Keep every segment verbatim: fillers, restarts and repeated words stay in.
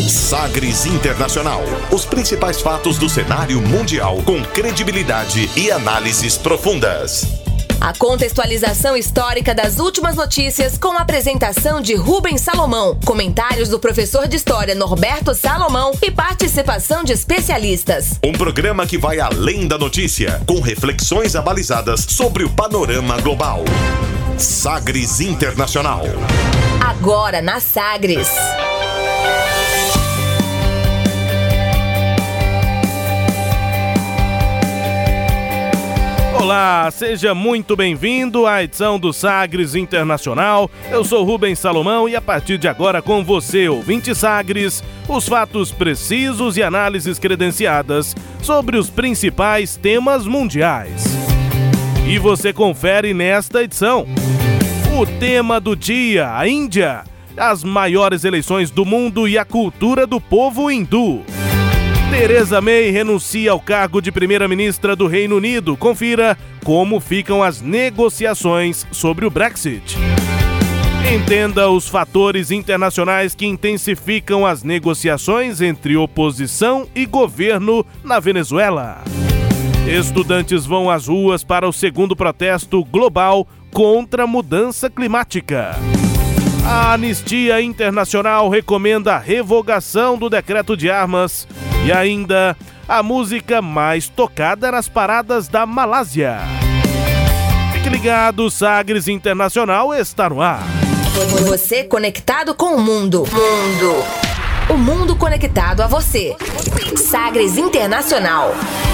Sagres Internacional. Os principais fatos do cenário mundial com credibilidade e análises profundas. A contextualização histórica das últimas notícias com a apresentação de Rubens Salomão, comentários do professor de História Norberto Salomão e participação de especialistas. Um programa que vai além da notícia, com reflexões abalizadas sobre o panorama global. Sagres Internacional. Agora na Sagres. Olá, seja muito bem-vindo à edição do Sagres Internacional. Eu sou Rubens Salomão e a partir de agora com você, ouvinte Sagres, os fatos precisos e análises credenciadas sobre os principais temas mundiais. E você confere nesta edição o tema do dia, a Índia, as maiores eleições do mundo e a cultura do povo hindu. Theresa May renuncia ao cargo de primeira-ministra do Reino Unido. Confira como ficam as negociações sobre o Brexit. Entenda os fatores internacionais que intensificam as negociações entre oposição e governo na Venezuela. Estudantes vão às ruas para o segundo protesto global contra a mudança climática. A Anistia Internacional recomenda a revogação do decreto de armas. E ainda, a música mais tocada nas paradas da Malásia. Fique ligado, Sagres Internacional está no ar. Você conectado com o mundo. Mundo. O mundo conectado a você. Sagres Internacional.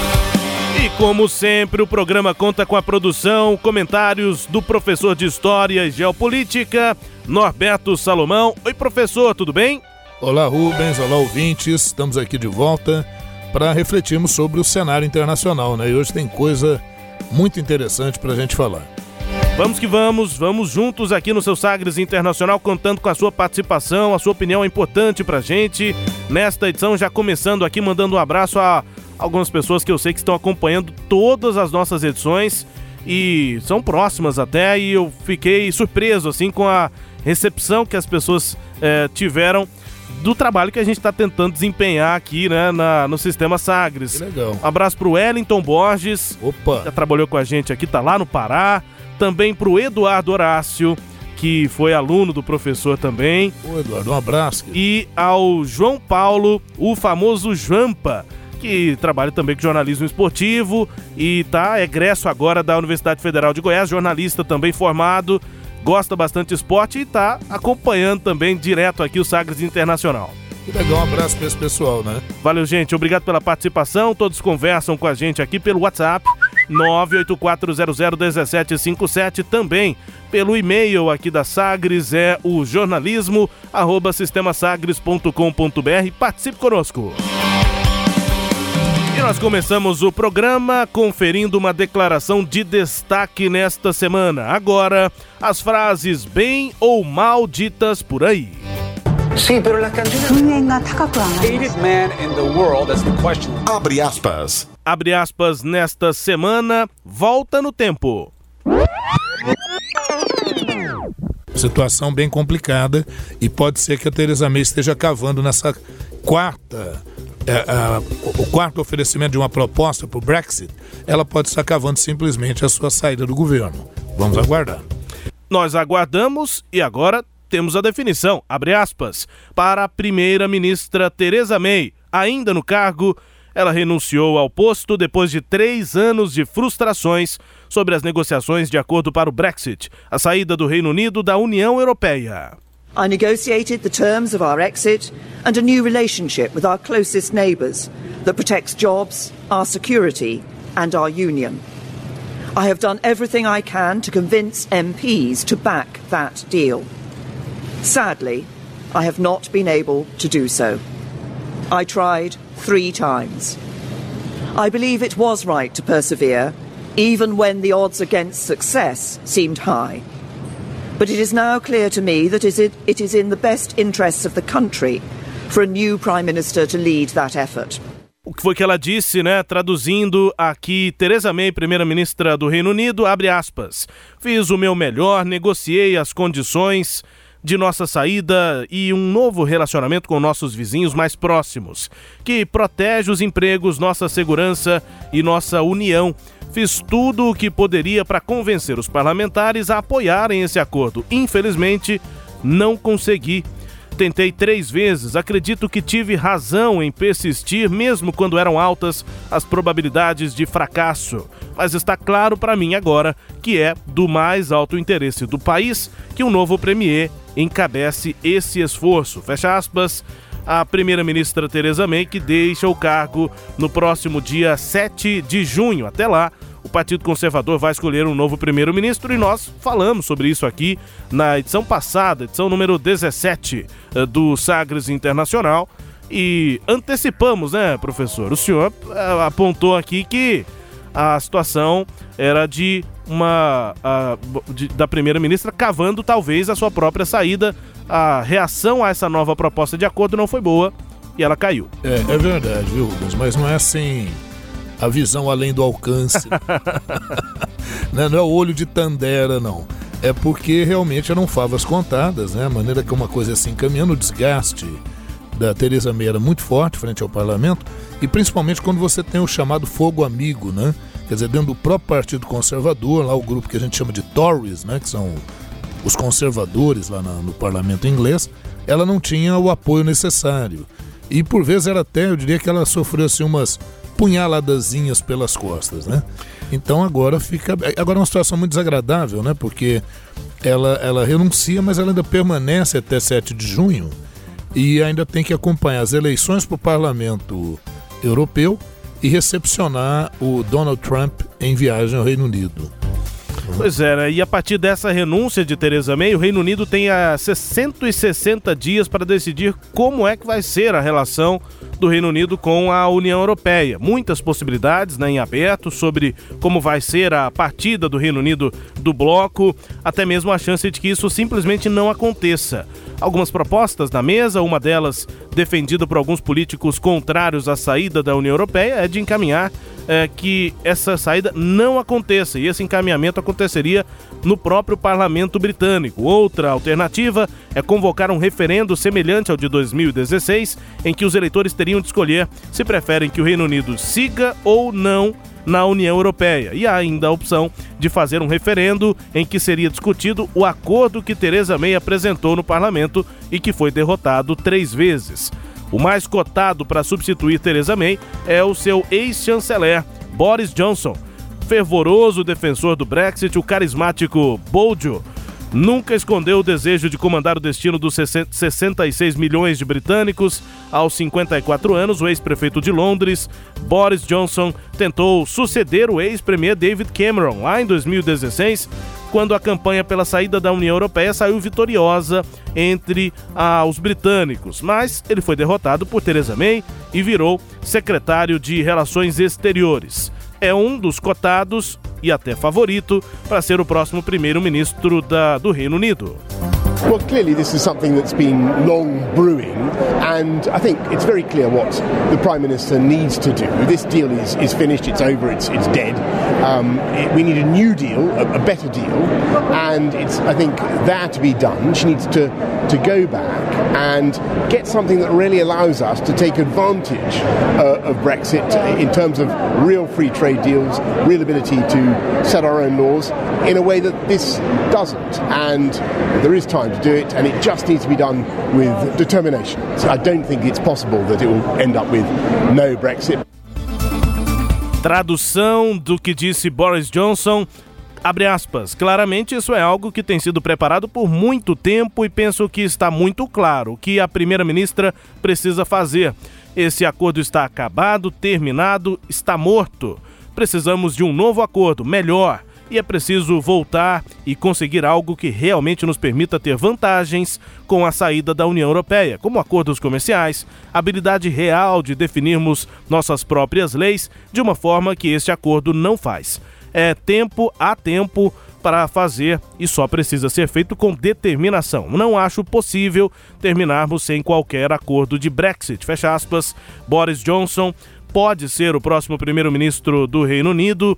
E como sempre, o programa conta com a produção, comentários do professor de História e Geopolítica, Norberto Salomão. Oi, professor, tudo bem? Olá, Rubens, olá, ouvintes. Estamos aqui de volta para refletirmos sobre o cenário internacional, né? E hoje tem coisa muito interessante para a gente falar. Vamos que vamos, vamos juntos aqui no seu Sagres Internacional, contando com a sua participação, a sua opinião é importante para a gente. Nesta edição, já começando aqui, mandando um abraço a algumas pessoas que eu sei que estão acompanhando todas as nossas edições e são próximas até, e eu fiquei surpreso assim com a recepção que as pessoas é, tiveram do trabalho que a gente está tentando desempenhar aqui, né, na, no Sistema Sagres. Que legal. Um abraço pro Wellington Borges, Opa. já trabalhou com a gente aqui, tá lá no Pará. Também pro Eduardo Horácio, que foi aluno do professor também. Ô, Eduardo, um abraço. E ao João Paulo, o famoso Jampa, que trabalha também com jornalismo esportivo e tá egresso agora da Universidade Federal de Goiás, jornalista também formado, gosta bastante de esporte e tá acompanhando também direto aqui o Sagres Internacional. Que legal, um abraço para esse pessoal, né? Valeu, gente, obrigado pela participação, todos conversam com a gente aqui pelo WhatsApp nove oito quatro zero zero um sete cinco sete, também pelo e-mail aqui da Sagres, é o jornalismo arroba sistemasagres ponto com ponto br. Participe conosco. E nós começamos o programa conferindo uma declaração de destaque nesta semana. Agora, as frases bem ou mal ditas por aí. Sim, pero la hated man in the world, that's the question. Abre aspas. Abre aspas nesta semana, volta no tempo. Situação bem complicada e pode ser que a Theresa May esteja cavando nessa quarta... É, a, o quarto oferecimento de uma proposta para o Brexit, ela pode estar cavando simplesmente a sua saída do governo. Vamos aguardar. Nós aguardamos e agora temos a definição, abre aspas, para a primeira-ministra Theresa May. Ainda no cargo, ela renunciou ao posto depois de três anos de frustrações sobre as negociações de acordo para o Brexit, a saída do Reino Unido da União Europeia. I negotiated the terms of our exit and a new relationship with our closest neighbours that protects jobs, our security and our union. I have done everything I can to convince M Ps to back that deal. Sadly, I have not been able to do so. I tried three times. I believe it was right to persevere, even when the odds against success seemed high. But it is now clear to me that it is in the best interests of the country for a new Prime Minister to lead that effort. O que foi que ela disse, né? Traduzindo aqui, Theresa May, primeira-ministra do Reino Unido, abre aspas. Fiz o meu melhor, negociei as condições de nossa saída e um novo relacionamento com nossos vizinhos mais próximos, que protege os empregos, nossa segurança e nossa união. Fiz tudo o que poderia para convencer os parlamentares a apoiarem esse acordo. Infelizmente, não consegui. Tentei três vezes, acredito que tive razão em persistir, mesmo quando eram altas as probabilidades de fracasso. Mas está claro para mim agora que é do mais alto interesse do país que o novo premier encabece esse esforço. Fecha aspas, a primeira-ministra Theresa May, que deixa o cargo no próximo dia sete de junho. Até lá, o Partido Conservador vai escolher um novo primeiro-ministro e nós falamos sobre isso aqui na edição passada, edição número dezessete do Sagres Internacional, e antecipamos, né, professor? O senhor apontou aqui que a situação era de uma a, de, da primeira-ministra cavando talvez a sua própria saída. A reação a essa nova proposta de acordo não foi boa e ela caiu. É, é verdade, viu, Rubens? Mas não é assim a visão além do alcance. Não é o olho de Tandera, não. É porque realmente eram favas contadas, né? A maneira que uma coisa assim caminhando, o desgaste da Theresa May era muito forte frente ao parlamento, e principalmente quando você tem o chamado fogo amigo, né? Quer dizer, dentro do próprio Partido Conservador, lá o grupo que a gente chama de Tories, né? Que são os conservadores lá no, no parlamento inglês, ela não tinha o apoio necessário. E por vezes era até, eu diria que ela sofreu assim umas punhaladazinhas pelas costas, né? Então agora fica... Agora é uma situação muito desagradável, né? Porque ela, ela renuncia, mas ela ainda permanece até sete de junho e ainda tem que acompanhar as eleições para o Parlamento Europeu e recepcionar o Donald Trump em viagem ao Reino Unido. Pois é, né? E a partir dessa renúncia de Theresa May, o Reino Unido tem a cento e sessenta dias para decidir como é que vai ser a relação do Reino Unido com a União Europeia. Muitas possibilidades, né, em aberto sobre como vai ser a partida do Reino Unido do bloco, até mesmo a chance de que isso simplesmente não aconteça. Algumas propostas na mesa, uma delas defendida por alguns políticos contrários à saída da União Europeia, é de encaminhar é, que essa saída não aconteça, e esse encaminhamento aconteceria no próprio parlamento britânico. Outra alternativa é convocar um referendo semelhante ao de dois mil e dezesseis, em que os eleitores teriam de escolher se preferem que o Reino Unido siga ou não na União Europeia. E há ainda a opção de fazer um referendo em que seria discutido o acordo que Theresa May apresentou no parlamento e que foi derrotado três vezes. O mais cotado para substituir Theresa May é o seu ex-chanceler, Boris Johnson. Fervoroso defensor do Brexit, o carismático Bojo nunca escondeu o desejo de comandar o destino dos sessenta e seis milhões de britânicos. Aos cinquenta e quatro anos, o ex-prefeito de Londres, Boris Johnson, tentou suceder o ex-premier David Cameron lá em dois mil e dezesseis, quando a campanha pela saída da União Europeia saiu vitoriosa entre ah, os britânicos. Mas ele foi derrotado por Theresa May e virou secretário de Relações Exteriores. É um dos cotados e até favorito para ser o próximo primeiro-ministro da, do Reino Unido. Well, clearly this is something that's been long brewing, and I think it's very clear what the Prime Minister needs to do. This deal is, is finished, it's over, it's, it's dead. Um, it, we need a new deal, a, a better deal, and it's, I think, that to be done. She needs to, to go back and get something that really allows us to take advantage uh, of Brexit in terms of real free trade deals, real ability to set our own laws in a way that this doesn't. And there is time to do it, and it just needs to be done with determination. So I don't think it's possible that it will end up with no Brexit. Tradução do que disse Boris Johnson, abre aspas, claramente isso é algo que tem sido preparado por muito tempo e penso que está muito claro o que a primeira-ministra precisa fazer. Esse acordo está acabado, terminado, está morto. Precisamos de um novo acordo, melhor. E é preciso voltar e conseguir algo que realmente nos permita ter vantagens com a saída da União Europeia, como acordos comerciais, habilidade real de definirmos nossas próprias leis de uma forma que este acordo não faz. É tempo, há tempo para fazer e só precisa ser feito com determinação. Não acho possível terminarmos sem qualquer acordo de Brexit. Fecha aspas, Boris Johnson pode ser o próximo primeiro-ministro do Reino Unido.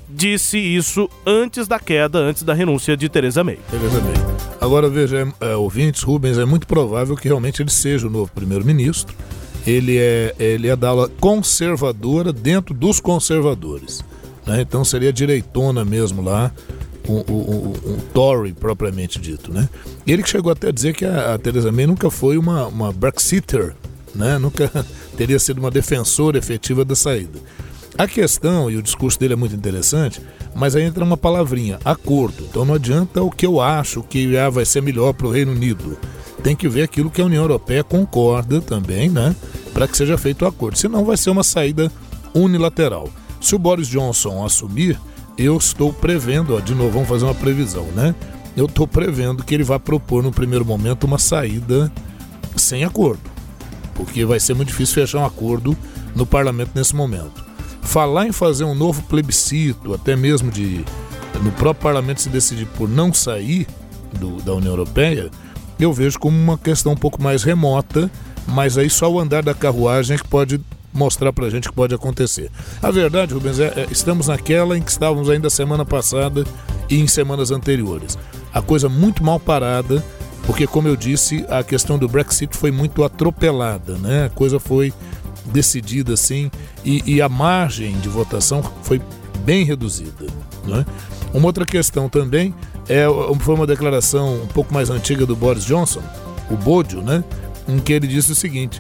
disse isso antes da queda, antes da renúncia de Theresa May. Theresa May. Agora veja, é, ouvintes, Rubens, é muito provável que realmente ele seja o novo primeiro-ministro. Ele é, ele é da ala conservadora dentro dos conservadores, né? Então seria direitona mesmo lá, um, um, um, um Tory propriamente dito, né? Ele que chegou até a dizer que a, a Theresa May nunca foi uma, uma Brexiter, né? Nunca teria sido uma defensora efetiva da saída. A questão, e o discurso dele é muito interessante, mas aí entra uma palavrinha, acordo. Então não adianta o que eu acho que ah, vai ser melhor para o Reino Unido. Tem que ver aquilo que a União Europeia concorda também, né? Para que seja feito o acordo. Senão vai ser uma saída unilateral. Se o Boris Johnson assumir, eu estou prevendo, ó, de novo, vamos fazer uma previsão, né? Eu estou prevendo que ele vai propor no primeiro momento uma saída sem acordo. Porque vai ser muito difícil fechar um acordo no parlamento nesse momento. Falar em fazer um novo plebiscito, até mesmo de no próprio parlamento se decidir por não sair do, da União Europeia, eu vejo como uma questão um pouco mais remota, mas aí só o andar da carruagem é que pode mostrar pra gente que pode acontecer. A verdade, Rubens, é, é, estamos naquela em que estávamos ainda semana passada e em semanas anteriores. A coisa muito mal parada, porque, como eu disse, a questão do Brexit foi muito atropelada, né? A coisa foi decidida assim e, e a margem de votação foi bem reduzida, né? Uma outra questão também é, foi uma declaração um pouco mais antiga do Boris Johnson, o Bojo, né? Em que ele disse o seguinte: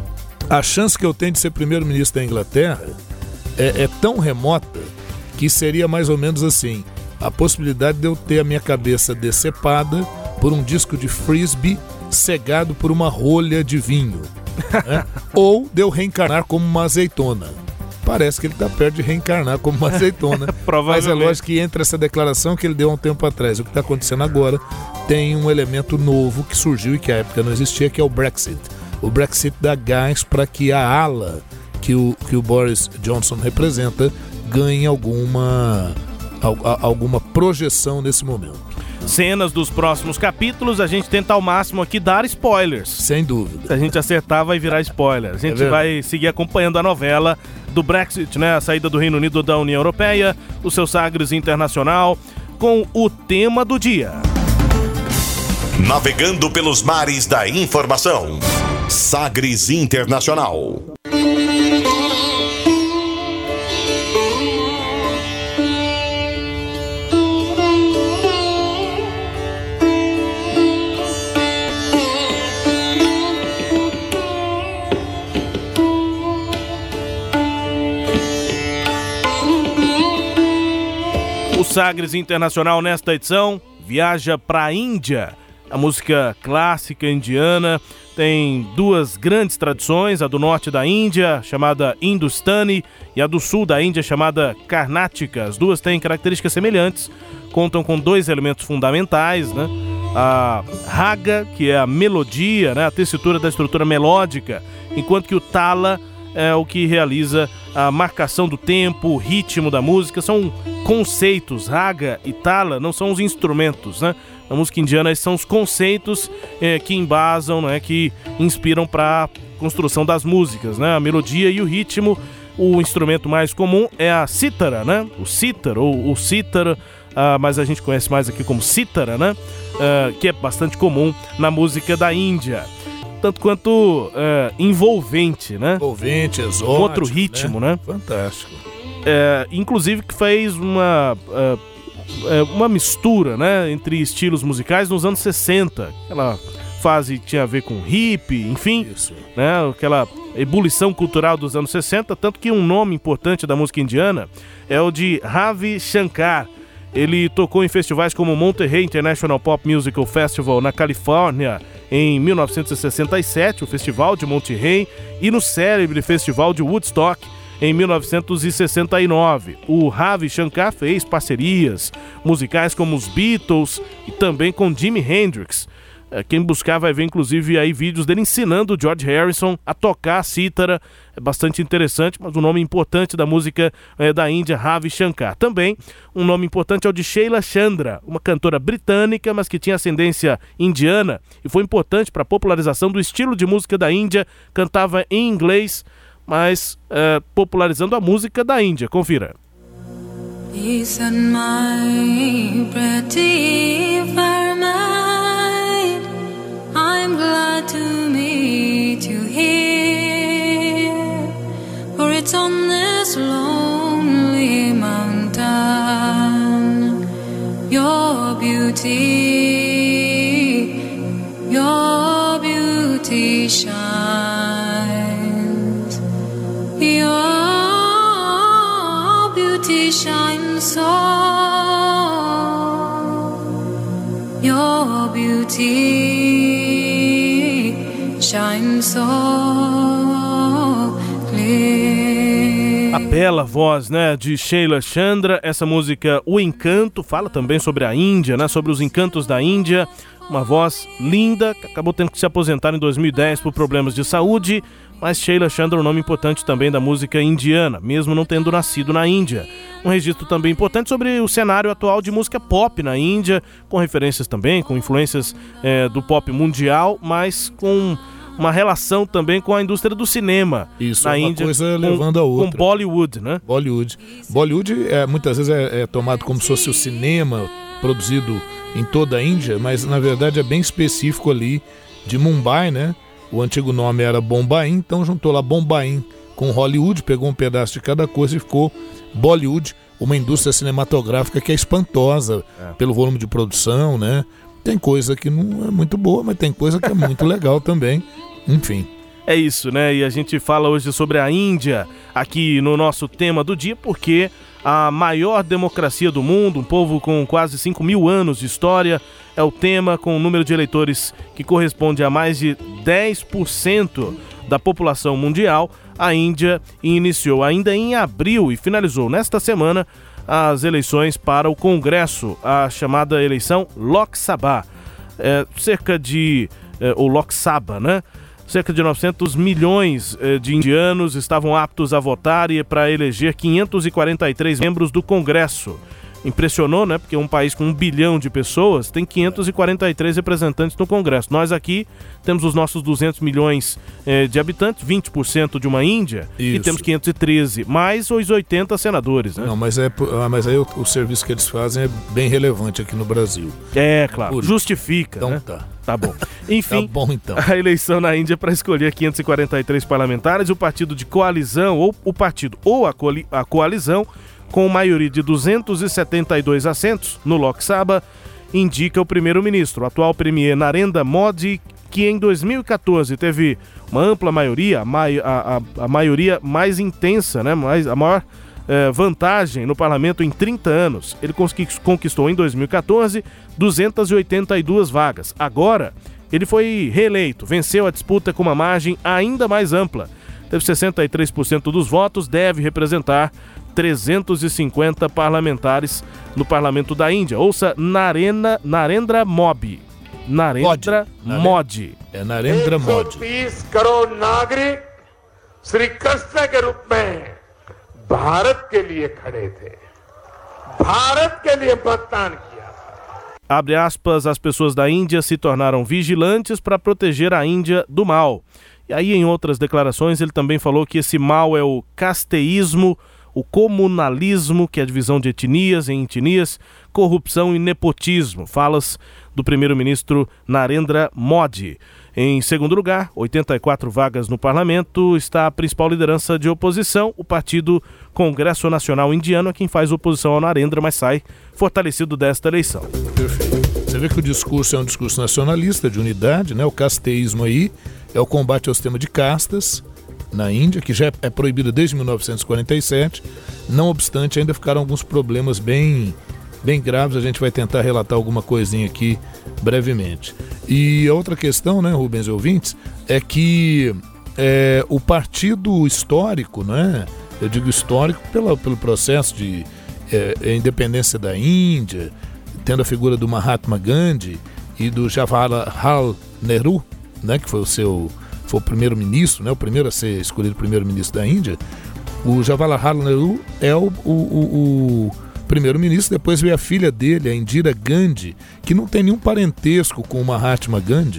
a chance que eu tenho de ser primeiro-ministro da Inglaterra é, é tão remota que seria mais ou menos assim, a possibilidade de eu ter a minha cabeça decepada por um disco de frisbee cegado por uma rolha de vinho. É? Ou de eu reencarnar como uma azeitona. Parece que ele está perto de reencarnar como uma azeitona. Mas é lógico que entre essa declaração que ele deu há um tempo atrás e o que está acontecendo agora, tem um elemento novo que surgiu e que à época não existia, que é o Brexit. O Brexit dá gás para que a ala que o, que o Boris Johnson representa ganhe alguma, alguma projeção nesse momento. Cenas dos próximos capítulos, a gente tenta ao máximo aqui dar spoilers. Sem dúvida. Se a gente acertar, vai virar spoiler. A gente é vai seguir acompanhando a novela do Brexit, né? A saída do Reino Unido da União Europeia, o seu Sagres Internacional, com o tema do dia. Navegando pelos mares da informação. Sagres Internacional. O Sagres Internacional nesta edição viaja para a Índia. A música clássica indiana tem duas grandes tradições, a do norte da Índia, chamada Hindustani, e a do sul da Índia, chamada Carnática. As duas têm características semelhantes, contam com dois elementos fundamentais, né? A raga, que é a melodia, né? A tessitura da estrutura melódica, enquanto que o tala é o que realiza a marcação do tempo, o ritmo da música. São conceitos, raga e tala não são os instrumentos, né? Na música indiana, esses são os conceitos é, que embasam, né, que inspiram para a construção das músicas, né? A melodia e o ritmo. O instrumento mais comum é a cítara, né? O cítar ou o cítara, uh, mas a gente conhece mais aqui como cítara, né? Uh, que é bastante comum na música da Índia. Tanto quanto uh, envolvente, né? Envolvente, exótico, um outro ritmo, né? né? Fantástico. É, inclusive que fez uma... Uh, uma mistura, né, entre estilos musicais nos anos sessenta. Aquela fase que tinha a ver com hip, enfim, Isso. né, aquela ebulição cultural dos anos sessenta, tanto que um nome importante da música indiana é o de Ravi Shankar. Ele tocou em festivais como o Monterey International Pop Musical Festival na Califórnia em mil novecentos e sessenta e sete, o Festival de Monterey, e no célebre Festival de Woodstock em mil novecentos e sessenta e nove. O Ravi Shankar fez parcerias musicais com os Beatles e também com Jimi Hendrix. Quem buscar vai ver inclusive aí vídeos dele ensinando o George Harrison a tocar a cítara. É bastante interessante, mas o nome importante da música é da Índia, Ravi Shankar. Também um nome importante é o de Sheila Chandra, uma cantora britânica, mas que tinha ascendência indiana e foi importante para a popularização do estilo de música da Índia. Cantava em inglês, mas é, popularizando a música da Índia. Confira. Listen, my pretty mermaid, I'm glad to meet you here, for it's on this lonely mountain your beauty, your beauty shines. Your beauty shines so, your beauty shines so clear. A bela voz, né, de Sheila Chandra. Essa música, O Encanto, fala também sobre a Índia, né, sobre os encantos da Índia. Uma voz linda, que acabou tendo que se aposentar em dois mil e dez por problemas de saúde, mas Sheila Chandra é um nome importante também da música indiana, mesmo não tendo nascido na Índia. Um registro também importante sobre o cenário atual de música pop na Índia, com referências também, com influências é, do pop mundial, mas com uma relação também com a indústria do cinema. Isso, na uma Índia, coisa com, levando a outra. Com Bollywood, né? Bollywood. Bollywood é, muitas vezes é, é tomado como se fosse o cinema produzido em toda a Índia, mas na verdade é bem específico ali de Mumbai, né? O antigo nome era Bombaim, então juntou lá Bombaim com Hollywood, pegou um pedaço de cada coisa e ficou Bollywood, uma indústria cinematográfica que é espantosa é. pelo volume de produção, né? Tem coisa que não é muito boa, mas tem coisa que é muito legal também, enfim. É isso, né? E a gente fala hoje sobre a Índia aqui no nosso tema do dia, porque a maior democracia do mundo, um povo com quase cinco mil anos de história, é o tema com um número de eleitores que corresponde a mais de dez por cento da população mundial. A Índia iniciou ainda em abril e finalizou nesta semana as eleições para o Congresso, a chamada eleição Lok Sabha. É, cerca de... É, o Lok Sabha, né? Cerca de novecentos milhões eh, de indianos estavam aptos a votar e para eleger quinhentos e quarenta e três membros do Congresso. Impressionou, né? Porque um país com um bilhão de pessoas tem quinhentos e quarenta e três representantes no Congresso. Nós aqui temos os nossos duzentos milhões eh, de habitantes, vinte por cento de uma Índia, Isso. e temos quinhentos e treze, mais os oitenta senadores, né? Não, mas, é, mas aí o, o serviço que eles fazem é bem relevante aqui no Brasil. É, claro, Por justifica, então, né? tá. Tá bom. Enfim, tá bom, então. A eleição na Índia para escolher quinhentos e quarenta e três parlamentares, o partido de coalizão, ou o partido ou a, coali- a coalizão, com maioria de duzentos e setenta e dois assentos no Lok Sabha, indica o primeiro-ministro, o atual premier Narendra Modi, que em dois mil e catorze teve uma ampla maioria, a, mai- a, a, a maioria mais intensa, né, mais, a maior eh, vantagem no parlamento em trinta anos. Ele conquistou em dois mil e catorze duzentas e oitenta e duas vagas. Agora, ele foi reeleito, venceu a disputa com uma margem ainda mais ampla. Teve sessenta e três por cento dos votos, deve representar trezentos e cinquenta parlamentares no parlamento da Índia. Ouça Narendra, Narendra Modi. Narendra Modi. É Narendra Modi. एक सौ तीस करोड़ नागरिक श्री कृष्ण के रूप में भारत के लिए खड़े थे, भारत के लिए मतदान किया. Abre aspas, as pessoas da Índia se tornaram vigilantes para proteger a Índia do mal. E aí, em outras declarações, ele também falou que esse mal é o casteísmo, o comunalismo, que é a divisão de etnias em etnias, corrupção e nepotismo. Falas do primeiro-ministro Narendra Modi. Em segundo lugar, oitenta e quatro vagas no parlamento, está a principal liderança de oposição, o Partido Congresso Nacional Indiano, é quem faz oposição ao Narendra, mas sai fortalecido desta eleição. Perfeito. Você vê que o discurso é um discurso nacionalista, de unidade, né? O casteísmo aí é o combate ao sistema de castas na Índia, que já é proibido desde mil novecentos e quarenta e sete. Não obstante, ainda ficaram alguns problemas bem, bem graves. A gente vai tentar relatar alguma coisinha aqui brevemente. E a outra questão, né, Rubens e ouvintes, é que é, o partido histórico, né, eu digo histórico pela, pelo processo de é, independência da Índia, tendo a figura do Mahatma Gandhi e do Jawaharlal Nehru, né, que foi o seu foi o primeiro-ministro, né, o primeiro a ser escolhido primeiro-ministro da Índia. O Jawaharlal Nehru é o, o, o, o primeiro-ministro. Depois veio a filha dele, a Indira Gandhi, que não tem nenhum parentesco com o Mahatma Gandhi.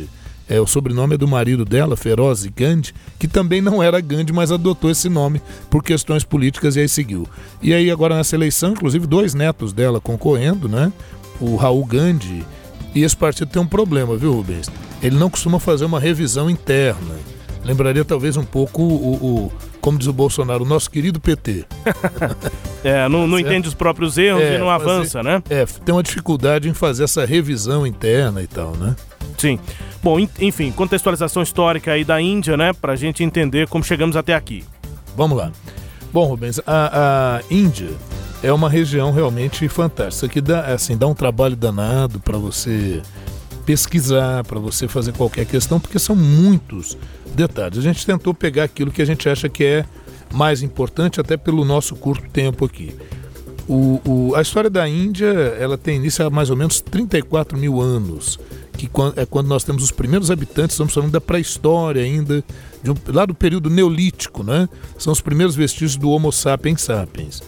É, o sobrenome é do marido dela, Feroze Gandhi, que também não era Gandhi, mas adotou esse nome por questões políticas e aí seguiu. E aí agora nessa eleição, inclusive dois netos dela concorrendo, né? O Raul Gandhi. E esse partido tem um problema, viu, Rubens? Ele não costuma fazer uma revisão interna. Lembraria talvez um pouco o, o como diz o Bolsonaro, o nosso querido P T. é, não, não entende os próprios erros é, e não fazer, avança, né? É, tem uma dificuldade em fazer essa revisão interna e tal, né? Sim. Bom, enfim, contextualização histórica aí da Índia, né? Pra gente entender como chegamos até aqui. Vamos lá. Bom, Rubens, a, a Índia é uma região realmente fantástica, que dá, assim, dá um trabalho danado para você pesquisar, para você fazer qualquer questão, porque são muitos detalhes. A gente tentou pegar aquilo que a gente acha que é mais importante, até pelo nosso curto tempo aqui. O, o, a história da Índia, ela tem início há mais ou menos trinta e quatro mil anos, que é quando nós temos os primeiros habitantes, estamos falando da pré-história ainda, de um, lá do período neolítico, né? São os primeiros vestígios do Homo sapiens sapiens.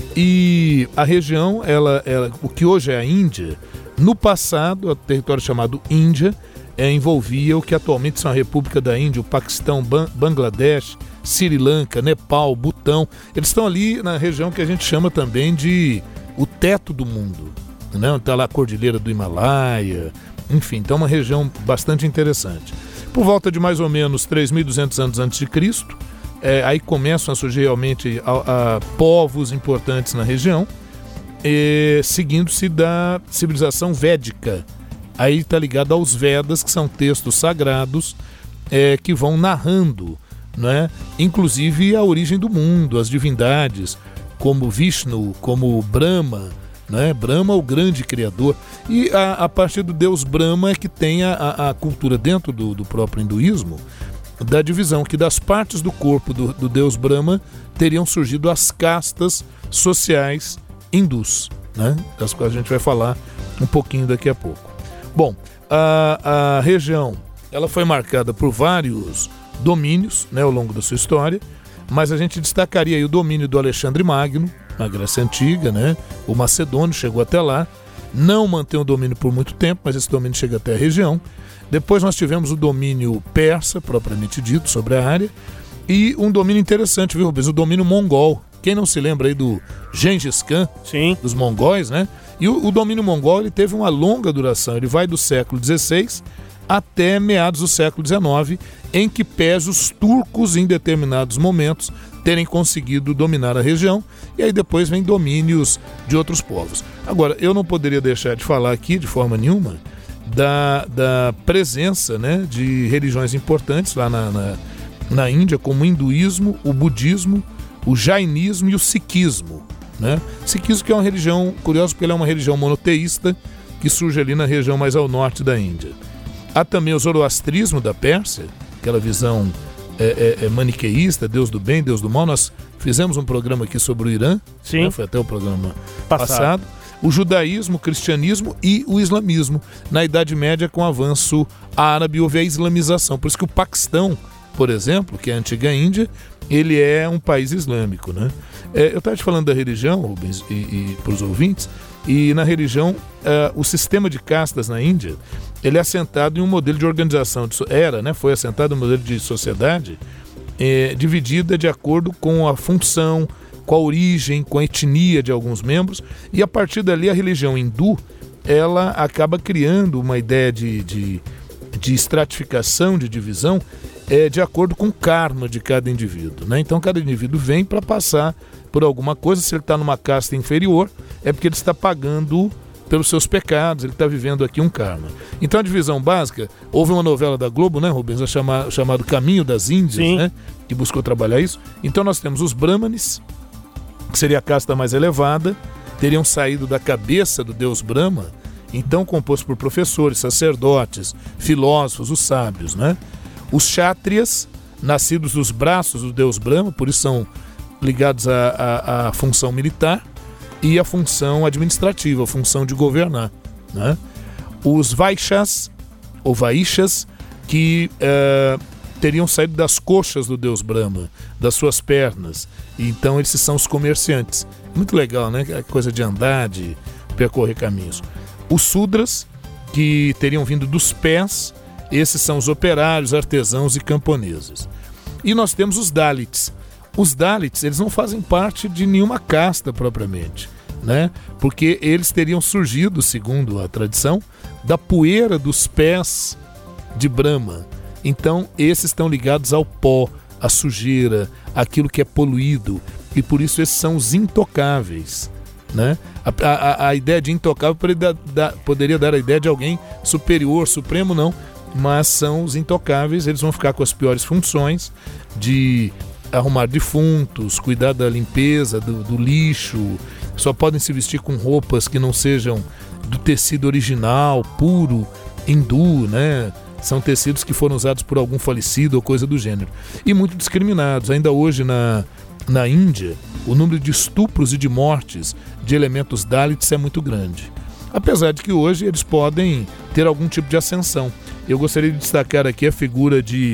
E a região, ela, ela, o que hoje é a Índia, no passado, o território chamado Índia, é, envolvia o que atualmente são a República da Índia, o Paquistão, Ban- Bangladesh, Sri Lanka, Nepal, Butão. Eles estão ali na região que a gente chama também de o teto do mundo, né? Está lá a Cordilheira do Himalaia, enfim, então é uma região bastante interessante. Por volta de mais ou menos três mil e duzentos anos antes de Cristo, é, aí começam a surgir realmente a, a povos importantes na região, e, seguindo-se da civilização védica. Aí está ligado aos Vedas, que são textos sagrados é, que vão narrando, né, inclusive a origem do mundo, as divindades, como Vishnu, como Brahma, né? Brahma, o grande criador. E a, a partir do deus Brahma é que tem a, a cultura dentro do, do próprio hinduísmo, da divisão que das partes do corpo do, do deus Brahma teriam surgido as castas sociais hindus, né? Das quais a gente vai falar um pouquinho daqui a pouco. Bom, a, a região ela foi marcada por vários domínios, né, ao longo da sua história, mas a gente destacaria aí o domínio do Alexandre Magno, na Grécia Antiga, né? O Macedônio chegou até lá, não mantém o domínio por muito tempo, mas esse domínio chega até a região. Depois nós tivemos o domínio persa, propriamente dito, sobre a área, e um domínio interessante, viu, Rubens? O domínio mongol. Quem não se lembra aí do Gengis Khan, Sim. dos mongóis, né? E o, o domínio mongol ele teve uma longa duração, ele vai do século dezesseis até meados do século dezenove, em que pese os turcos, em determinados momentos, terem conseguido dominar a região, e aí depois vem domínios de outros povos. Agora, eu não poderia deixar de falar aqui, de forma nenhuma, da, da presença, né, de religiões importantes lá na, na, na Índia, como o hinduísmo, o budismo, o jainismo e o sikhismo, né? Sikhismo que é uma religião curiosa, porque ele é uma religião monoteísta que surge ali na região mais ao norte da Índia. Há também o zoroastrismo da Pérsia, aquela visão é, é, é maniqueísta, Deus do bem, Deus do mal. Nós fizemos um programa aqui sobre o Irã, Sim. Né? Foi até o programa passado. passado. O judaísmo, o cristianismo e o islamismo. Na Idade Média, com o avanço árabe, houve a islamização. Por isso que o Paquistão, por exemplo, que é a antiga Índia, ele é um país islâmico, né? É, eu estava te falando da religião, Rubens, e, e para os ouvintes, e na religião, uh, o sistema de castas na Índia, ele é assentado em um modelo de organização, de, era, né? Foi assentado em um modelo de sociedade é, dividida de acordo com a função, com a origem, com a etnia de alguns membros, e a partir dali a religião hindu, ela acaba criando uma ideia de, de, de estratificação, de divisão, é, de acordo com o karma de cada indivíduo, né? Então cada indivíduo vem para passar por alguma coisa. Se ele está numa casta inferior, é porque ele está pagando pelos seus pecados, ele está vivendo aqui um karma. Então a divisão básica, houve uma novela da Globo, né, Rubens, chamada, chamado Caminho das Índias, né, que buscou trabalhar isso. Então nós temos os Brahmanes, que seria a casta mais elevada, teriam saído da cabeça do deus Brahma, então composto por professores, sacerdotes, filósofos, os sábios, né? Os Kshatriyas, nascidos dos braços do deus Brahma, por isso são ligados à, à, à função militar e à função administrativa, a função de governar, né? Os Vaixas, ou Vaixas, que uh, teriam saído das coxas do deus Brahma, das suas pernas, e então esses são os comerciantes. Muito legal, né? A coisa de andar, de percorrer caminhos. Os Sudras, que teriam vindo dos pés Esses são os operários, artesãos e camponeses. E nós temos os Dalits. Os Dalits, eles não fazem parte de nenhuma casta propriamente, né? Porque eles teriam surgido, segundo a tradição, da poeira dos pés de Brahma. Então, esses estão ligados ao pó, à sujeira, àquilo que é poluído. E por isso esses são os intocáveis, né? A, a, a ideia de intocável poderia dar, poderia dar a ideia de alguém superior, supremo, não. Mas são os intocáveis, eles vão ficar com as piores funções de arrumar defuntos, cuidar da limpeza, do, do lixo, só podem se vestir com roupas que não sejam do tecido original, puro, hindu, né? São tecidos que foram usados por algum falecido ou coisa do gênero. E muito discriminados. Ainda hoje na, na Índia, o número de estupros e de mortes de elementos Dalits é muito grande. Apesar de que hoje eles podem ter algum tipo de ascensão. Eu gostaria de destacar aqui a figura de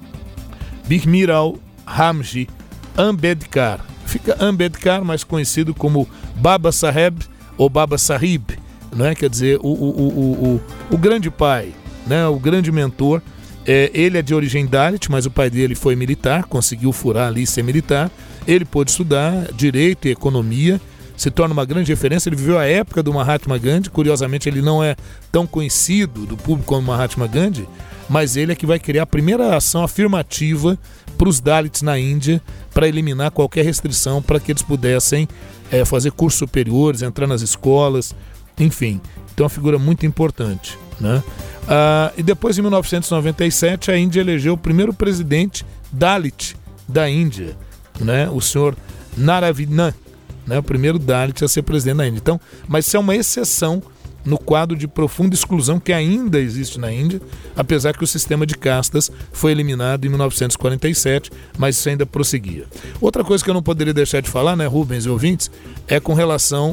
Bhimrao Ramji Ambedkar. Fica Ambedkar, mais conhecido como Baba Saheb ou Baba Sahib, né? Quer dizer, o, o, o, o, o grande pai, né? O grande mentor. É, ele é de origem Dalit, mas o pai dele foi militar, conseguiu furar ali e ser militar. Ele pôde estudar direito e economia, se torna uma grande referência. Ele viveu a época do Mahatma Gandhi. Curiosamente, ele não é tão conhecido do público como Mahatma Gandhi, mas ele é que vai criar a primeira ação afirmativa para os Dalits na Índia, para eliminar qualquer restrição, para que eles pudessem é, fazer cursos superiores, entrar nas escolas, enfim. Então é uma figura muito importante, né? Ah, e depois, em mil novecentos e noventa e sete, a Índia elegeu o primeiro presidente Dalit da Índia, né? O senhor Narayanan, né, o primeiro Dalit a ser presidente da Índia. Então, mas isso é uma exceção no quadro de profunda exclusão que ainda existe na Índia, apesar que o sistema de castas foi eliminado em mil novecentos e quarenta e sete, mas isso ainda prosseguia. Outra coisa que eu não poderia deixar de falar, né, Rubens e ouvintes, é com relação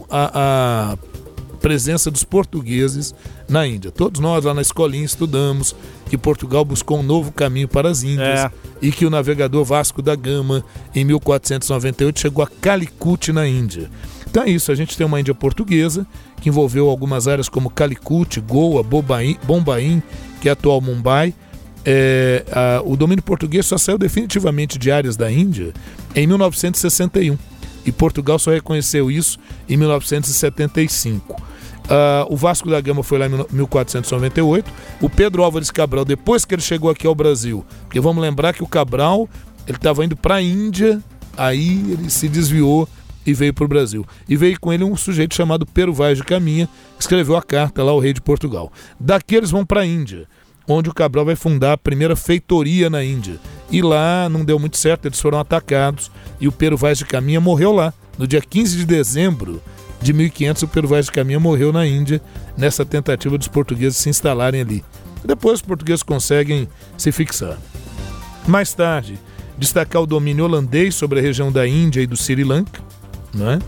à presença dos portugueses na Índia. Todos nós lá na escolinha estudamos que Portugal buscou um novo caminho para as Índias, é. E que o navegador Vasco da Gama, em mil quatrocentos e noventa e oito, chegou a Calicut, na Índia. Então é isso, a gente tem uma Índia portuguesa, que envolveu algumas áreas como Calicut, Goa, Bombaim, que é a atual Mumbai. É, a, o domínio português só saiu definitivamente de áreas da Índia em mil novecentos e sessenta e um, e Portugal só reconheceu isso em mil novecentos e setenta e cinco. Uh, o Vasco da Gama foi lá em mil quatrocentos e noventa e oito. O Pedro Álvares Cabral, depois que ele chegou aqui ao Brasil, porque vamos lembrar que o Cabral ele estava indo para a Índia, aí ele se desviou e veio para o Brasil. E veio com ele um sujeito chamado Pero Vaz de Caminha, que escreveu a carta lá ao rei de Portugal. Daqui eles vão para a Índia, onde o Cabral vai fundar a primeira feitoria na Índia. E lá não deu muito certo, eles foram atacados e o Pero Vaz de Caminha morreu lá. No dia quinze de dezembro de mil e quinhentos, o Pero Vaz de Caminha morreu na Índia, nessa tentativa dos portugueses se instalarem ali. Depois os portugueses conseguem se fixar. Mais tarde, destacar o domínio holandês sobre a região da Índia e do Sri Lanka, né?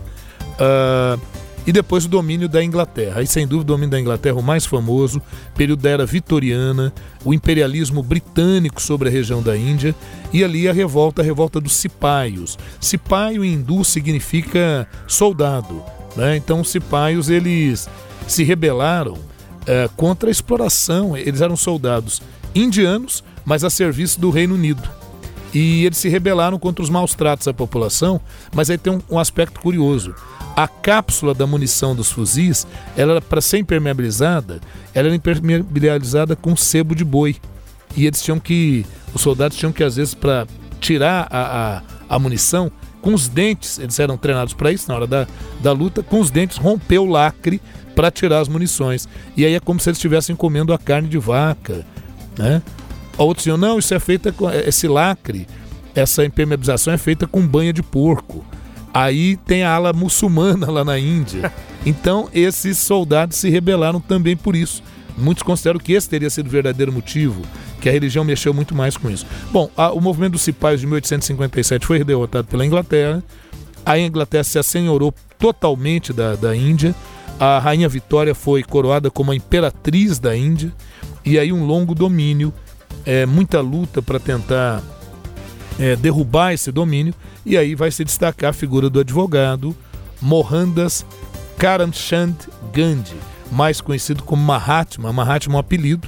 Uh, e depois o domínio da Inglaterra. Aí, sem dúvida, o domínio da Inglaterra, o mais famoso, período da Era Vitoriana, o imperialismo britânico sobre a região da Índia, e ali a revolta, a revolta dos cipaios. Cipaio em hindu significa soldado, né? Então os cipaios, eles se rebelaram é, contra a exploração. Eles eram soldados indianos, mas a serviço do Reino Unido. E eles se rebelaram contra os maus tratos à população, mas aí tem um, um aspecto curioso. A cápsula da munição dos fuzis, ela era, para ser impermeabilizada, ela era impermeabilizada com sebo de boi. E eles tinham que, os soldados tinham que, às vezes, para tirar a, a, a munição, com os dentes, eles eram treinados para isso na hora da, da luta, com os dentes romper o lacre para tirar as munições. E aí é como se eles estivessem comendo a carne de vaca, né? Outros diziam, não, isso é feito com esse lacre, essa impermeabilização é feita com banha de porco. Aí tem a ala muçulmana lá na Índia. Então esses soldados se rebelaram também por isso. Muitos consideram que esse teria sido o verdadeiro motivo, que a religião mexeu muito mais com isso. Bom, a, o movimento dos cipaios de mil oitocentos e cinquenta e sete foi derrotado pela Inglaterra. A Inglaterra se assenhorou totalmente da, da Índia. A Rainha Vitória foi coroada como a imperatriz da Índia. E aí um longo domínio, é, muita luta para tentar é, derrubar esse domínio. E aí vai se destacar a figura do advogado Mohandas Karamchand Gandhi, mais conhecido como Mahatma. Mahatma é um apelido,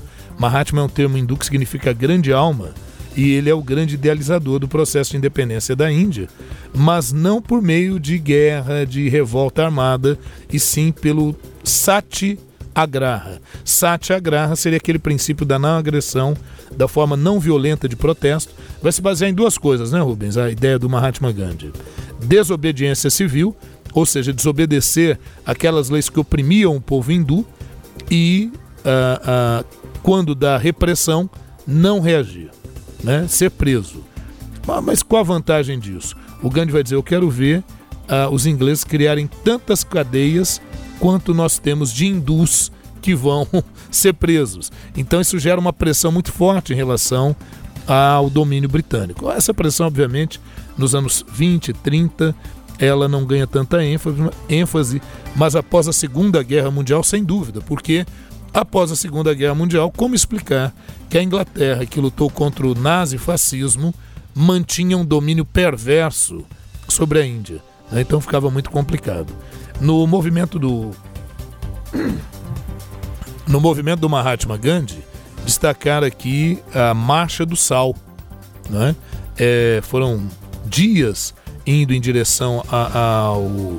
Mahatma é um termo hindu que significa grande alma, e ele é o grande idealizador do processo de independência da Índia, mas não por meio de guerra, de revolta armada, e sim pelo Satyagraha. Satyagraha seria aquele princípio da não agressão, da forma não violenta de protesto. Vai se basear em duas coisas, né, Rubens? A ideia do Mahatma Gandhi: desobediência civil, ou seja, desobedecer aquelas leis que oprimiam o povo hindu, e uh, uh, quando dá repressão, não reagir, né? Ser preso. Mas qual a vantagem disso? O Gandhi vai dizer: eu quero ver uh, os ingleses criarem tantas cadeias quanto nós temos de hindus que vão ser presos. Então isso gera uma pressão muito forte em relação ao domínio britânico. Essa pressão, obviamente, nos anos vinte, trinta, ela não ganha tanta ênfase, ênfase, mas após a Segunda Guerra Mundial, sem dúvida, porque após a Segunda Guerra Mundial, como explicar que a Inglaterra, que lutou contra o nazifascismo, mantinha um domínio perverso sobre a Índia, né? Então ficava muito complicado. No movimento do no movimento do Mahatma Gandhi, destacar aqui a Marcha do Sal, né? É, foram dias indo em direção a, a, ao,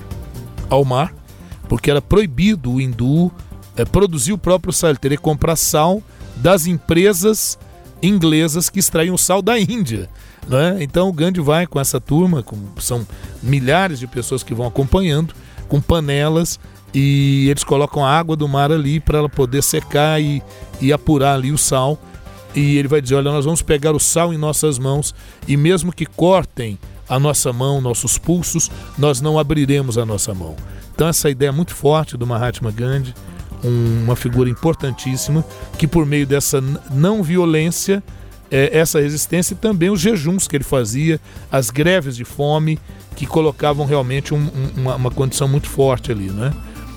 ao mar, porque era proibido o hindu é, produzir o próprio sal. Ele teria que comprar sal das empresas inglesas que extraíam sal da Índia, né? Então o Gandhi vai com essa turma, com, são milhares de pessoas que vão acompanhando, com panelas, e eles colocam a água do mar ali para ela poder secar e, e apurar ali o sal. E ele vai dizer: olha, nós vamos pegar o sal em nossas mãos, e mesmo que cortem a nossa mão, nossos pulsos, nós não abriremos a nossa mão. Então essa ideia muito forte do Mahatma Gandhi, um, uma figura importantíssima, que por meio dessa não violência, é, essa resistência, e também os jejuns que ele fazia, as greves de fome, que colocavam realmente um, um, uma, uma condição muito forte ali, né?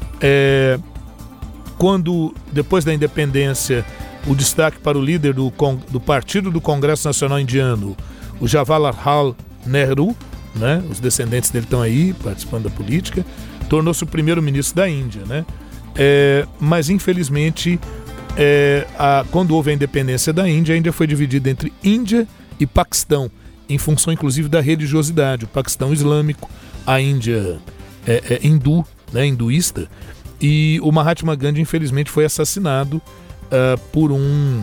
É, quando, depois da independência, o destaque para o líder do, do Partido do Congresso Nacional Indiano, o Jawaharlal Nehru, né? Os descendentes dele estão aí participando da política, tornou-se o primeiro-ministro da Índia, né? É, mas infelizmente, é, a, quando houve a independência da Índia, a Índia foi dividida entre Índia e Paquistão, em função inclusive da religiosidade. O Paquistão islâmico, a Índia é, é hindu, né, hinduísta, e o Mahatma Gandhi infelizmente foi assassinado uh, por um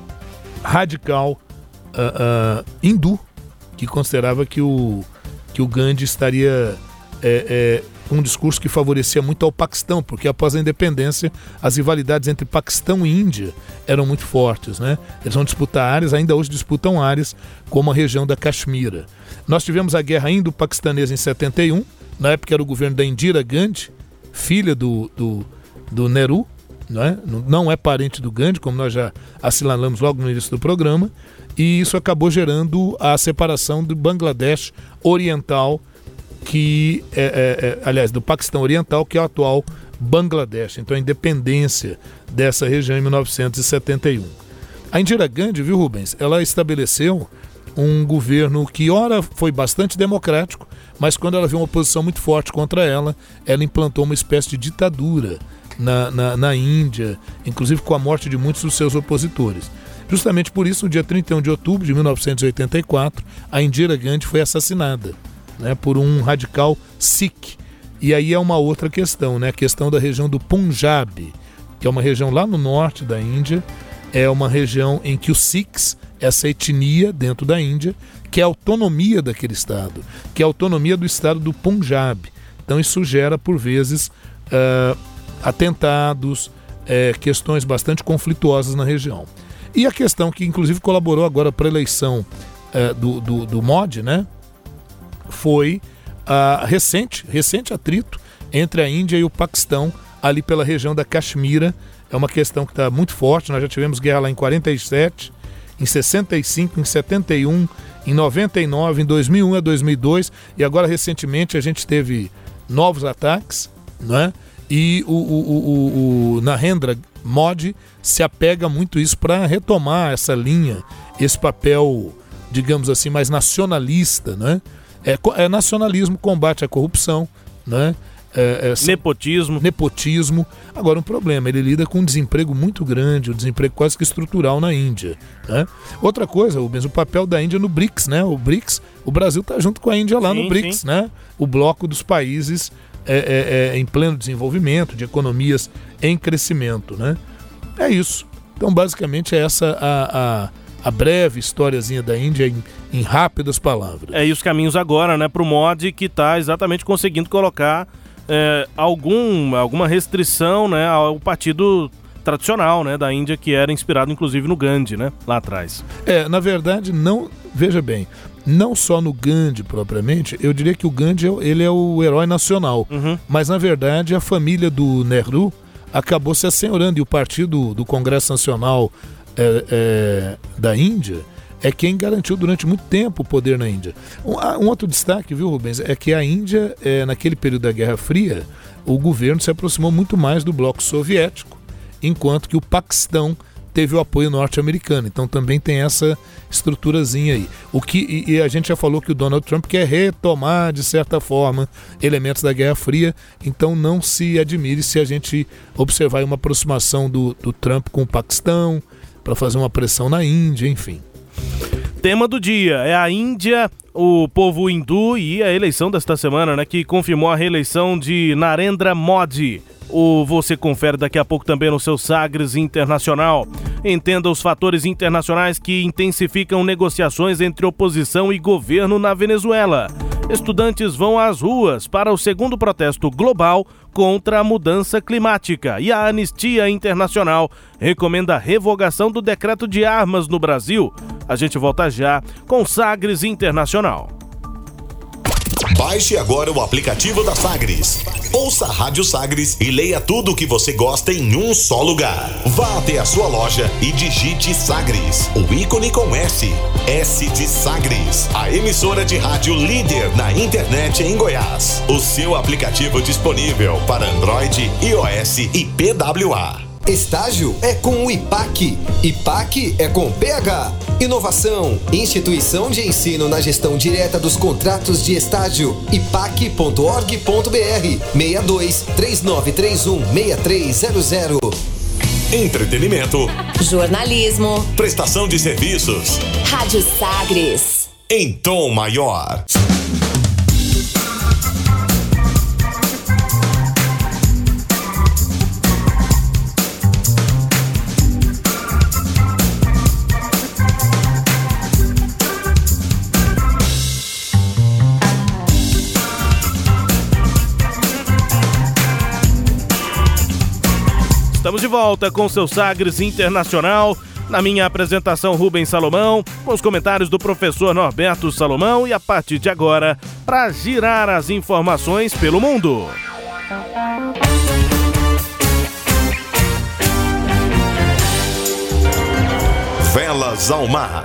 radical uh, uh, hindu, que considerava que o, que o Gandhi estaria é, é, com um discurso que favorecia muito ao Paquistão, porque após a independência as rivalidades entre Paquistão e Índia eram muito fortes, né? Eles vão disputar áreas, ainda hoje disputam áreas, como a região da Caxemira. Nós tivemos a guerra indo-paquistanesa em setenta e um, na época era o governo da Indira Gandhi, filha do, do, do Nehru, né? Não é parente do Gandhi, como nós já assinalamos logo no início do programa, e isso acabou gerando a separação do Bangladesh Oriental, que é, é, é, aliás, do Paquistão Oriental, que é o atual Bangladesh. Então a independência dessa região em mil novecentos e setenta e um. A Indira Gandhi, viu, Rubens, ela estabeleceu um governo que ora foi bastante democrático, mas quando ela viu uma oposição muito forte contra ela, ela implantou uma espécie de ditadura na, na, na Índia, inclusive com a morte de muitos dos seus opositores. Justamente por isso, no dia trinta e um de outubro de mil novecentos e oitenta e quatro, a Indira Gandhi foi assassinada, né, por um radical Sikh. E aí é uma outra questão, né, a questão da região do Punjab, que é uma região lá no norte da Índia, é uma região em que os Sikhs, essa etnia dentro da Índia, que é a autonomia daquele estado, que é a autonomia do estado do Punjab. Então isso gera, por vezes, uh, atentados, uh, questões bastante conflituosas na região. E a questão que, inclusive, colaborou agora para a eleição uh, do, do, do Modi, né, foi uh, recente, recente atrito entre a Índia e o Paquistão, ali pela região da Caxemira. É uma questão que está muito forte. Nós já tivemos guerra lá em quarenta e sete, em sessenta e cinco, em setenta e um, em noventa e nove, em dois mil e um a dois mil e dois, e agora recentemente a gente teve novos ataques, né? E o, o, o, o Narendra Modi se apega muito a isso para retomar essa linha, esse papel, digamos assim, mais nacionalista, né? É, é nacionalismo, combate à corrupção, né? É, é, nepotismo. Nepotismo. Agora, um problema, ele lida com um desemprego muito grande, um desemprego quase que estrutural na Índia. Né? Outra coisa, Rubens, o papel da Índia no BRICS, né? O BRICS, o Brasil está junto com a Índia lá sim, no BRICS, sim. né? O bloco dos países é, é, é, em pleno desenvolvimento, de economias em crescimento, né? É isso. Então, basicamente, é essa a... a A breve historiazinha da Índia em, em rápidas palavras. É, e os caminhos agora, né, para o Modi, que está exatamente conseguindo colocar é, algum, alguma restrição, né, ao partido tradicional, né, da Índia, que era inspirado inclusive no Gandhi, né, lá atrás. É, na verdade, não, veja bem, não só no Gandhi propriamente, eu diria que o Gandhi ele é o herói nacional, uhum. mas na verdade a família do Nehru acabou se assenhorando e o partido do Congresso Nacional É, é, da Índia é quem garantiu durante muito tempo o poder na Índia. Um, um outro destaque, viu, Rubens, é que a Índia, é, naquele período da Guerra Fria, o governo se aproximou muito mais do bloco soviético, enquanto que o Paquistão teve o apoio norte-americano. Então também tem essa estruturazinha aí. O que, e, e a gente já falou que o Donald Trump quer retomar, de certa forma, elementos da Guerra Fria, então não se admire se a gente observar uma aproximação do, do Trump com o Paquistão, para fazer uma pressão na Índia, enfim. Tema do dia é a Índia, o povo hindu e a eleição desta semana, né, que confirmou a reeleição de Narendra Modi. O você confere daqui a pouco também no seu Sagres Internacional. Entenda os fatores internacionais que intensificam negociações entre oposição e governo na Venezuela. Estudantes vão às ruas para o segundo protesto global contra a mudança climática. E a Anistia Internacional recomenda a revogação do decreto de armas no Brasil. A gente volta já com Sagres Internacional. Baixe agora o aplicativo da Sagres. Ouça a Rádio Sagres e leia tudo o que você gosta em um só lugar. Vá até a sua loja e digite Sagres, o ícone com S. S de Sagres, a emissora de rádio líder na internet em Goiás. O seu aplicativo disponível para Android, iOS e P W A. Estágio é com o I P A C. I P A C é com P H. Inovação, instituição de ensino na gestão direta dos contratos de estágio. I P A C ponto org ponto b r seis dois três nove três um seis três zero zero. Entretenimento, jornalismo, prestação de serviços. Rádio Sagres em tom maior. Estamos de volta com seu Sagres Internacional, na minha apresentação Rubens Salomão, com os comentários do professor Norberto Salomão e a partir de agora, para girar as informações pelo mundo. Velas ao mar.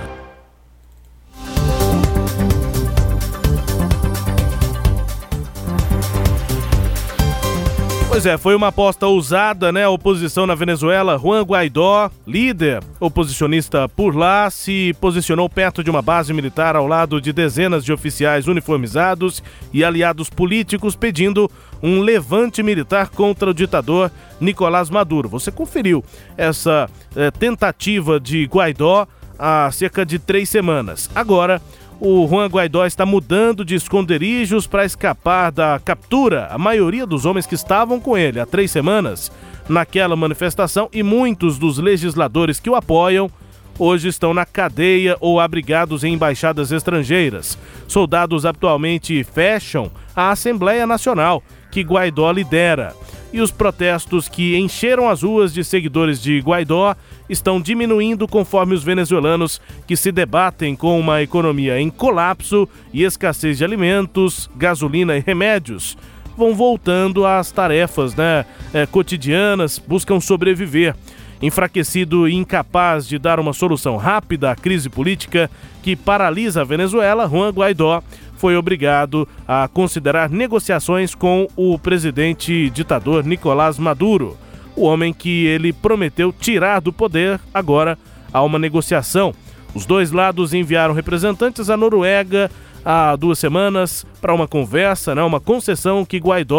Pois é, foi uma aposta ousada, né? A oposição na Venezuela, Juan Guaidó, líder oposicionista por lá, se posicionou perto de uma base militar ao lado de dezenas de oficiais uniformizados e aliados políticos pedindo um levante militar contra o ditador Nicolás Maduro. Você conferiu essa eh, tentativa de Guaidó há cerca de três semanas. Agora, o Juan Guaidó está mudando de esconderijos para escapar da captura. A maioria dos homens que estavam com ele há três semanas naquela manifestação e muitos dos legisladores que o apoiam hoje estão na cadeia ou abrigados em embaixadas estrangeiras. Soldados atualmente fecham a Assembleia Nacional, que Guaidó lidera. E os protestos que encheram as ruas de seguidores de Guaidó estão diminuindo conforme os venezuelanos que se debatem com uma economia em colapso e escassez de alimentos, gasolina e remédios vão voltando às tarefas, né, é, cotidianas, buscam sobreviver. Enfraquecido e incapaz de dar uma solução rápida à crise política que paralisa a Venezuela, Juan Guaidó foi obrigado a considerar negociações com o presidente ditador Nicolás Maduro. O homem que ele prometeu tirar do poder, agora há uma negociação. Os dois lados enviaram representantes à Noruega há duas semanas para uma conversa, né, uma concessão que Guaidó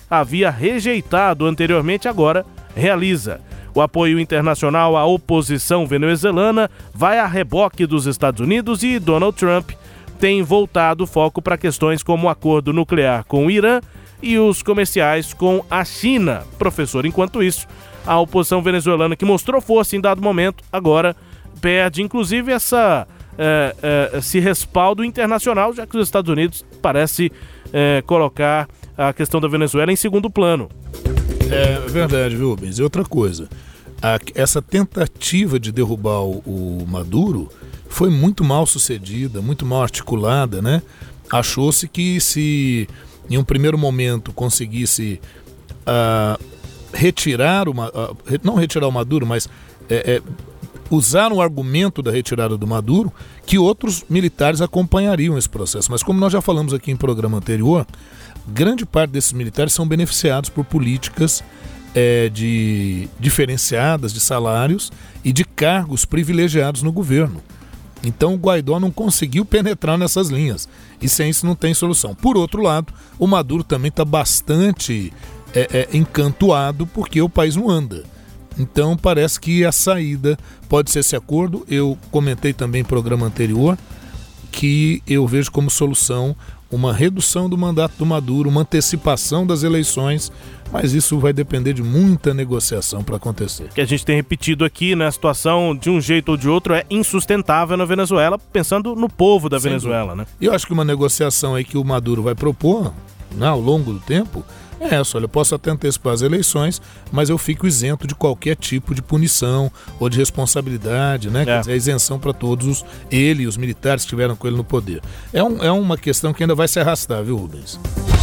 havia rejeitado anteriormente, agora realiza. O apoio internacional à oposição venezuelana vai a reboque dos Estados Unidos e Donald Trump tem voltado o foco para questões como o acordo nuclear com o Irã e os comerciais com a China. Professor, enquanto isso, a oposição venezuelana, que mostrou força em dado momento, agora perde inclusive essa, é, é, esse respaldo internacional, já que os Estados Unidos parece é, colocar a questão da Venezuela em segundo plano. É verdade, viu, Rubens? E outra coisa, a, essa tentativa de derrubar o, o Maduro foi muito mal sucedida, muito mal articulada, né? Achou-se que se em um primeiro momento conseguisse uh, retirar, uma, uh, não retirar o Maduro, mas é, é, usar um argumento da retirada do Maduro, que outros militares acompanhariam esse processo. Mas como nós já falamos aqui em programa anterior, grande parte desses militares são beneficiados por políticas é, de diferenciadas de salários e de cargos privilegiados no governo. Então o Guaidó não conseguiu penetrar nessas linhas e sem isso não tem solução. Por outro lado, o Maduro também está bastante é, é, encantuado porque o país não anda. Então parece que a saída pode ser esse acordo. Eu comentei também no programa anterior que eu vejo como solução uma redução do mandato do Maduro, uma antecipação das eleições, mas isso vai depender de muita negociação para acontecer. O que a gente tem repetido aqui, né, a situação de um jeito ou de outro é insustentável na Venezuela, pensando no povo da Sem Venezuela, dúvida. né? E eu acho que uma negociação aí que o Maduro vai propor, né, ao longo do tempo, é essa, olha, eu posso até antecipar as eleições, mas eu fico isento de qualquer tipo de punição ou de responsabilidade, né? É. Quer dizer, a isenção para todos os, ele e os militares que estiveram com ele no poder. É, um, é uma questão que ainda vai se arrastar, viu, Rubens?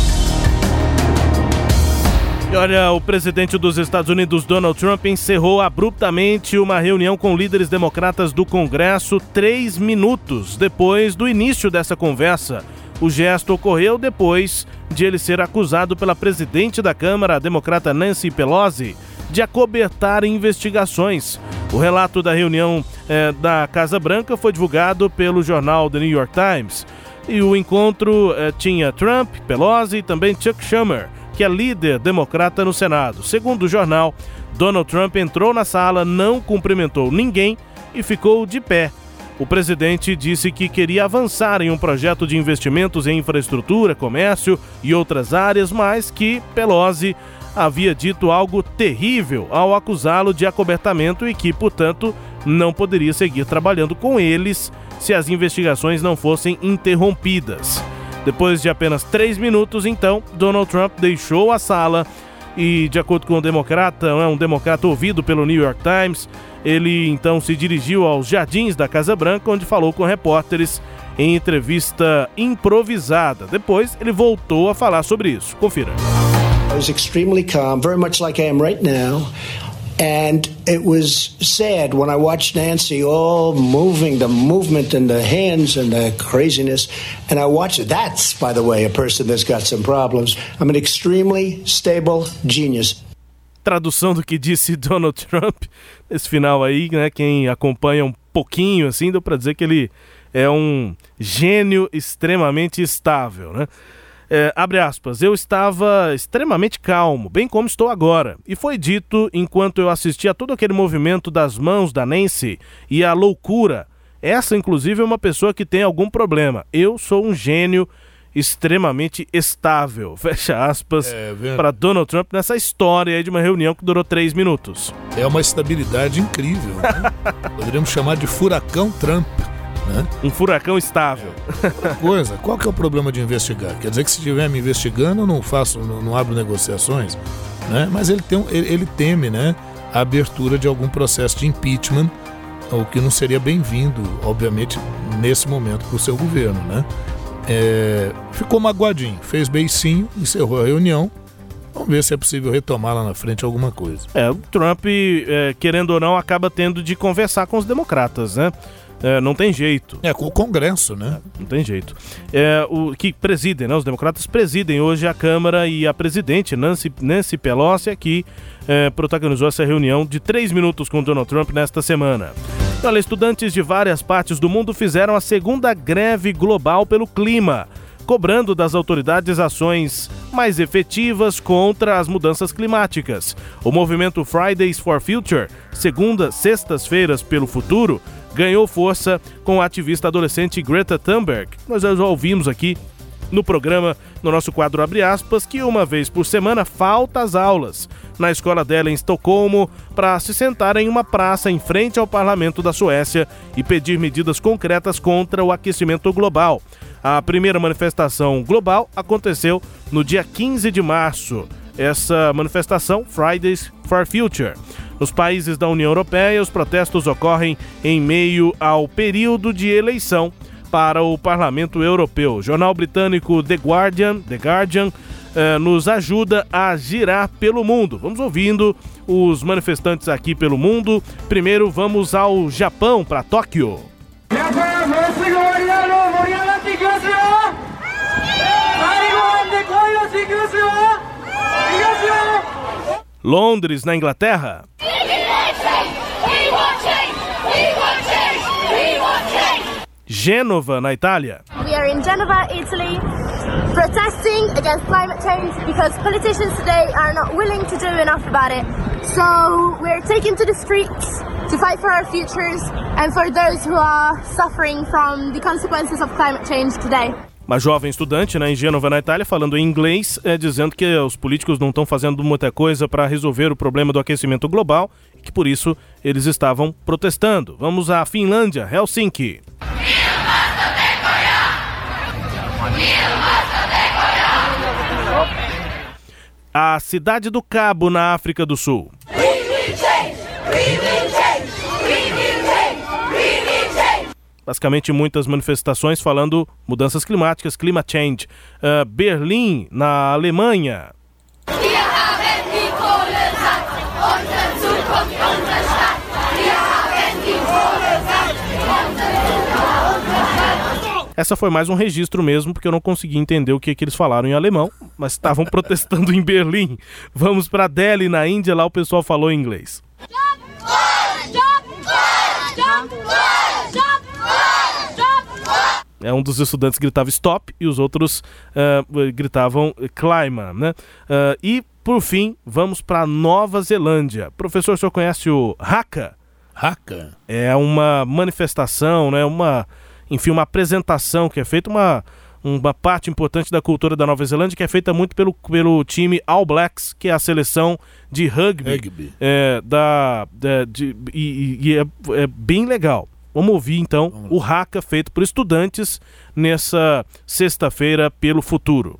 E olha, o presidente dos Estados Unidos, Donald Trump, encerrou abruptamente uma reunião com líderes democratas do Congresso três minutos depois do início dessa conversa. O gesto ocorreu depois de ele ser acusado pela presidente da Câmara, a democrata Nancy Pelosi, de acobertar investigações. O relato da reunião eh, da Casa Branca foi divulgado pelo jornal The New York Times. E o encontro eh, tinha Trump, Pelosi e também Chuck Schumer, que é líder democrata no Senado. Segundo o jornal, Donald Trump entrou na sala, não cumprimentou ninguém e ficou de pé. O presidente disse que queria avançar em um projeto de investimentos em infraestrutura, comércio e outras áreas, mas que Pelosi havia dito algo terrível ao acusá-lo de acobertamento e que, portanto, não poderia seguir trabalhando com eles se as investigações não fossem interrompidas. Depois de apenas três minutos, então, Donald Trump deixou a sala e, de acordo com o democrata, um democrata ouvido pelo New York Times, ele então se dirigiu aos jardins da Casa Branca, onde falou com repórteres em entrevista improvisada. Depois, ele voltou a falar sobre isso. Confira. I was extremely calm, very much like I am right now. And it was sad when I watched Nancy all moving, the movement and the hands and the craziness. And I watched it. That's, by the way, a person that's got some problems. I'm an extremely stable genius. Tradução do que disse Donald Trump nesse final aí, né? Quem acompanha um pouquinho, assim, deu pra dizer que ele é um gênio extremamente estável, né? É, abre aspas, eu estava extremamente calmo, bem como estou agora. E foi dito enquanto eu assistia a todo aquele movimento das mãos da Nancy e a loucura. Essa, inclusive, é uma pessoa que tem algum problema. Eu sou um gênio extremamente estável. Fecha aspas é, para Donald Trump nessa história aí de uma reunião que durou três minutos. É uma estabilidade incrível, né? Poderíamos chamar de furacão Trump. Né? Um furacão estável. Outra coisa, qual que é o problema de investigar? Quer dizer que se estiver me investigando, eu não faço, não, não abro negociações, né? Mas ele, tem, ele, ele teme, né, a abertura de algum processo de impeachment, o que não seria bem-vindo, obviamente, nesse momento para o seu governo, né? É, ficou magoadinho, fez beicinho, encerrou a reunião. Vamos ver se é possível retomar lá na frente alguma coisa. É, o Trump, é, querendo ou não, acaba tendo de conversar com os democratas, né? É, não tem jeito. É, com o Congresso, né? Não tem jeito. É, o que presidem, né? Os democratas presidem hoje a Câmara e a presidente Nancy, Nancy Pelosi aqui é, protagonizou essa reunião de três minutos com Donald Trump nesta semana. Olha, estudantes de várias partes do mundo fizeram a segunda greve global pelo clima. cobrando das autoridades ações mais efetivas contra as mudanças climáticas. O movimento Fridays for Future, segunda, sextas-feiras pelo futuro, ganhou força com a ativista adolescente Greta Thunberg. Nós já ouvimos aqui no programa, no nosso quadro Abre Aspas, que uma vez por semana falta às aulas na escola dela em Estocolmo para se sentar em uma praça em frente ao parlamento da Suécia e pedir medidas concretas contra o aquecimento global. A primeira manifestação global aconteceu no dia quinze de março. Essa manifestação, Fridays for Future. Nos países da União Europeia, os protestos ocorrem em meio ao período de eleição para o Parlamento Europeu. O jornal britânico The Guardian, The Guardian eh, nos ajuda a girar pelo mundo. Vamos ouvindo os manifestantes aqui pelo mundo. Primeiro vamos ao Japão, para Tóquio. Londres, na Inglaterra. Gênova, na Itália. We are in Genova, Italy, protesting against climate change because politicians today are not willing to do enough about it. So we're taking to the streets to fight for our futures and for those who are suffering from the consequences of climate change today. Uma jovem estudante, né, em Gênova, na Itália, falando em inglês, é, dizendo que os políticos não estão fazendo muita coisa para resolver o problema do aquecimento global e que por isso eles estavam protestando. Vamos à Finlândia, Helsinki. A cidade do Cabo, na África do Sul. Basicamente muitas manifestações falando mudanças climáticas, climate change. Uh, Berlim, na Alemanha. Essa foi mais um registro mesmo, porque eu não consegui entender o que, que eles falaram em alemão, mas estavam protestando em Berlim. Vamos para Delhi, na Índia, lá o pessoal falou em inglês. É, um dos estudantes gritava stop e os outros uh, gritavam climb, né? Uh, e, por fim, vamos para Nova Zelândia. Professor, o senhor conhece o Haka? Haka? É uma manifestação, né? Uma, enfim, uma apresentação que é feita, uma, uma parte importante da cultura da Nova Zelândia, que é feita muito pelo, pelo time All Blacks, que é a seleção de rugby. Rugby. É, da, da, de, e e é, é bem legal. Vamos ouvir, então, Vamos o Haka feito por estudantes nessa sexta-feira pelo futuro.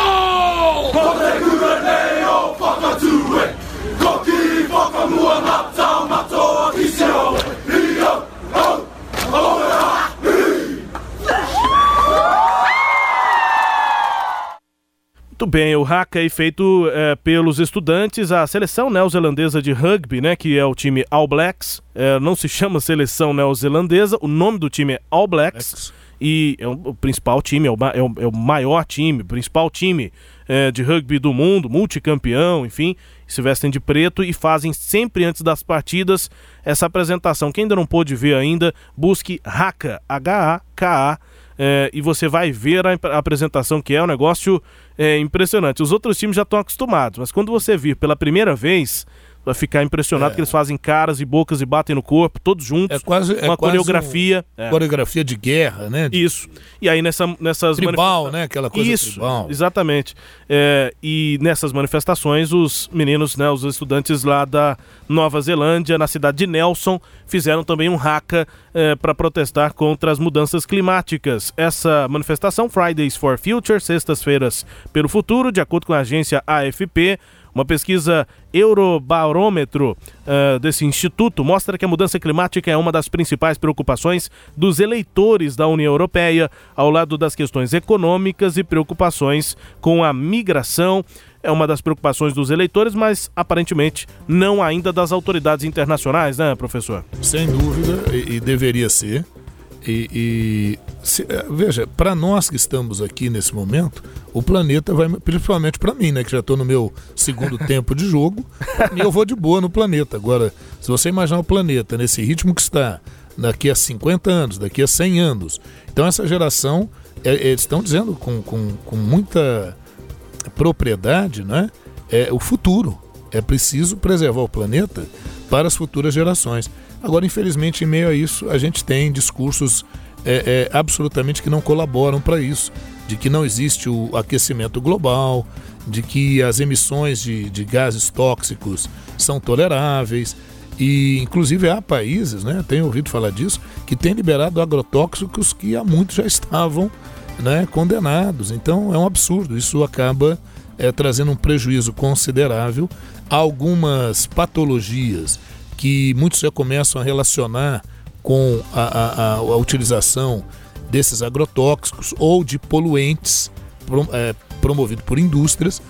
Muito bem, o Haka aí feito é, pelos estudantes, a seleção neozelandesa de rugby, né, que é o time All Blacks, é, não se chama seleção neozelandesa, o nome do time é All Blacks, Blacks. E é o, o principal time, é o, é, o, é o maior time, o principal time é, de rugby do mundo, multicampeão, enfim, se vestem de preto e fazem sempre antes das partidas essa apresentação. Quem ainda não pôde ver ainda, busque Haka, H A K A, É, e você vai ver a, a apresentação, que é um negócio é, impressionante. Os outros times já estão acostumados, mas quando você vir pela primeira vez, vai ficar impressionado, é. que eles fazem caras e bocas e batem no corpo, todos juntos, é quase, é uma quase coreografia. Um, é. Coreografia de guerra, né? De... Isso. E aí nessa, nessas... Tribal, manifesta... né? Aquela coisa Isso, tribal. Exatamente. É, e nessas manifestações, os meninos, né, os estudantes lá da Nova Zelândia, na cidade de Nelson, fizeram também um haka é, para protestar contra as mudanças climáticas. Essa manifestação, Fridays for Future, sextas-feiras pelo futuro, de acordo com a agência A F P, uma pesquisa Eurobarômetro uh, desse instituto mostra que a mudança climática é uma das principais preocupações dos eleitores da União Europeia, ao lado das questões econômicas e preocupações com a migração. É uma das preocupações dos eleitores, mas aparentemente não ainda das autoridades internacionais, né, professor? Sem dúvida, e, e deveria ser. E, e se, veja, para nós que estamos aqui nesse momento, o planeta vai, principalmente para mim, né, que já estou no meu segundo tempo de jogo, e eu vou de boa no planeta. Agora, se você imaginar o planeta nesse ritmo que está, daqui a cinquenta anos, daqui a cem anos. Então essa geração, é, eles estão dizendo com, com, com muita propriedade, né? É o futuro. É preciso preservar o planeta para as futuras gerações. Agora, infelizmente, em meio a isso, a gente tem discursos é, é, absolutamente que não colaboram para isso, de que não existe o aquecimento global, de que as emissões de, de gases tóxicos são toleráveis. E, inclusive, há países, né, tenho ouvido falar disso, que têm liberado agrotóxicos que há muito já estavam, né, condenados. Então, é um absurdo. Isso acaba é, trazendo um prejuízo considerável. Há algumas patologias que muitos já começam a relacionar com a, a, a, a utilização desses agrotóxicos ou de poluentes prom, é, promovidos por indústrias.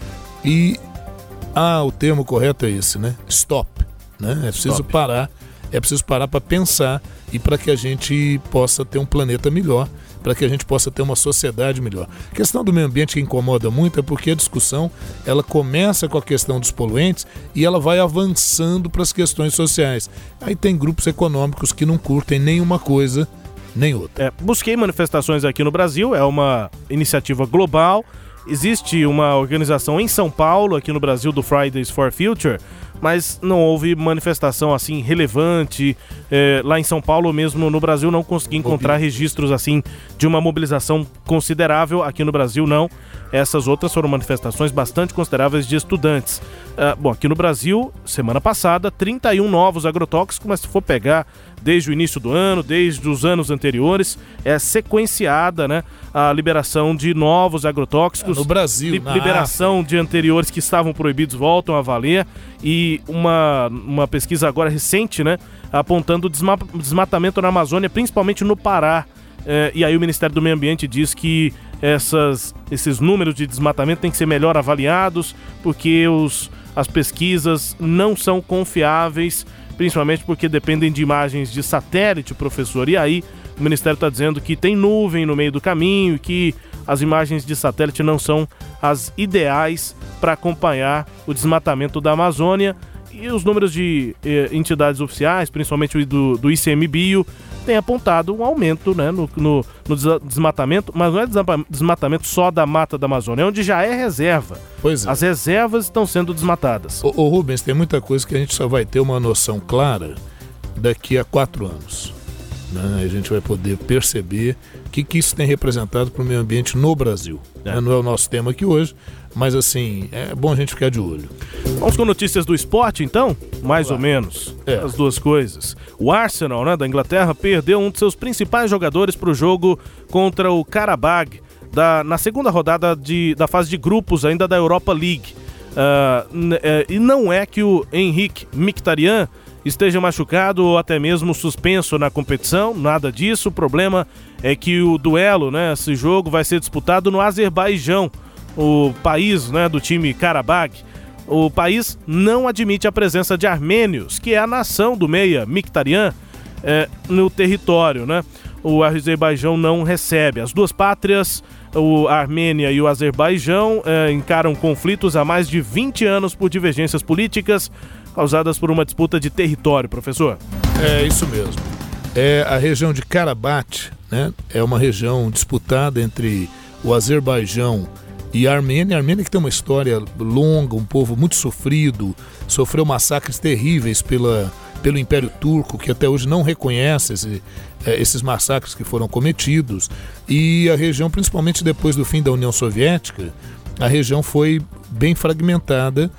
E ah, o termo correto é esse, né? Stop. Né? É preciso Stop. parar, é preciso parar para pensar e para que a gente possa ter um planeta melhor, para que a gente possa ter uma sociedade melhor. A questão do meio ambiente que incomoda muito é porque a discussão ela começa com a questão dos poluentes e ela vai avançando para as questões sociais. Aí tem grupos econômicos que não curtem nenhuma coisa nem outra. É, busquei manifestações aqui no Brasil, é uma iniciativa global. Existe uma organização em São Paulo, aqui no Brasil, do Fridays for Future, mas não houve manifestação assim relevante. É, lá em São Paulo mesmo, no Brasil, não consegui encontrar registros assim de uma mobilização considerável. Aqui no Brasil, não. Essas outras foram manifestações bastante consideráveis de estudantes. Ah, bom, aqui no Brasil, semana passada, trinta e um novos agrotóxicos, mas se for pegar desde o início do ano, desde os anos anteriores, é sequenciada, né, a liberação de novos agrotóxicos. É, no Brasil, li- liberação de anteriores que estavam proibidos voltam a valer. E uma, uma pesquisa agora recente, né, apontando desma- desmatamento na Amazônia, principalmente no Pará. É, e aí o Ministério do Meio Ambiente diz que essas, esses números de desmatamento têm que ser melhor avaliados, porque os, as pesquisas não são confiáveis, principalmente porque dependem de imagens de satélite, professor. E aí o Ministério está dizendo que tem nuvem no meio do caminho e que as imagens de satélite não são as ideais para acompanhar o desmatamento da Amazônia. E os números de eh, entidades oficiais, principalmente o do, do ICMBio, têm apontado um aumento, né, no, no, no desmatamento, mas não é desmatamento só da mata da Amazônia, é onde já é reserva. Pois é. As reservas estão sendo desmatadas. Ô, ô Rubens, tem muita coisa que a gente só vai ter uma noção clara daqui a quatro anos. Né? A gente vai poder perceber o que, que isso tem representado para o meio ambiente no Brasil. É. Não é o nosso tema aqui hoje, mas assim, é bom a gente ficar de olho. Vamos com notícias do esporte, então? Mais claro. ou menos. É. As duas coisas. O Arsenal, né, da Inglaterra, perdeu um de seus principais jogadores para o jogo contra o Qarabag, da, na segunda rodada de, da fase de grupos ainda da Europa League. Uh, n- é, e não é que o Henrik Mkhitaryan esteja machucado ou até mesmo suspenso na competição, nada disso. O problema é que o duelo, né, esse jogo vai ser disputado no Azerbaijão, o país, né, do time Qarabag. O país não admite a presença de armênios, que é a nação do meia Mkhitaryan, é, no território, né? O Azerbaijão não recebe. As duas pátrias, o a Armênia e o Azerbaijão, é, encaram conflitos há mais de vinte anos por divergências políticas causadas por uma disputa de território, professor. É isso mesmo. É a região de Karabakh, né? É uma região disputada entre o Azerbaijão e a Armênia. A Armênia que tem uma história longa, um povo muito sofrido, sofreu massacres terríveis pela, pelo Império Turco, que até hoje não reconhece esse, é, esses massacres que foram cometidos. E a região, principalmente depois do fim da União Soviética, a região foi bem fragmentada.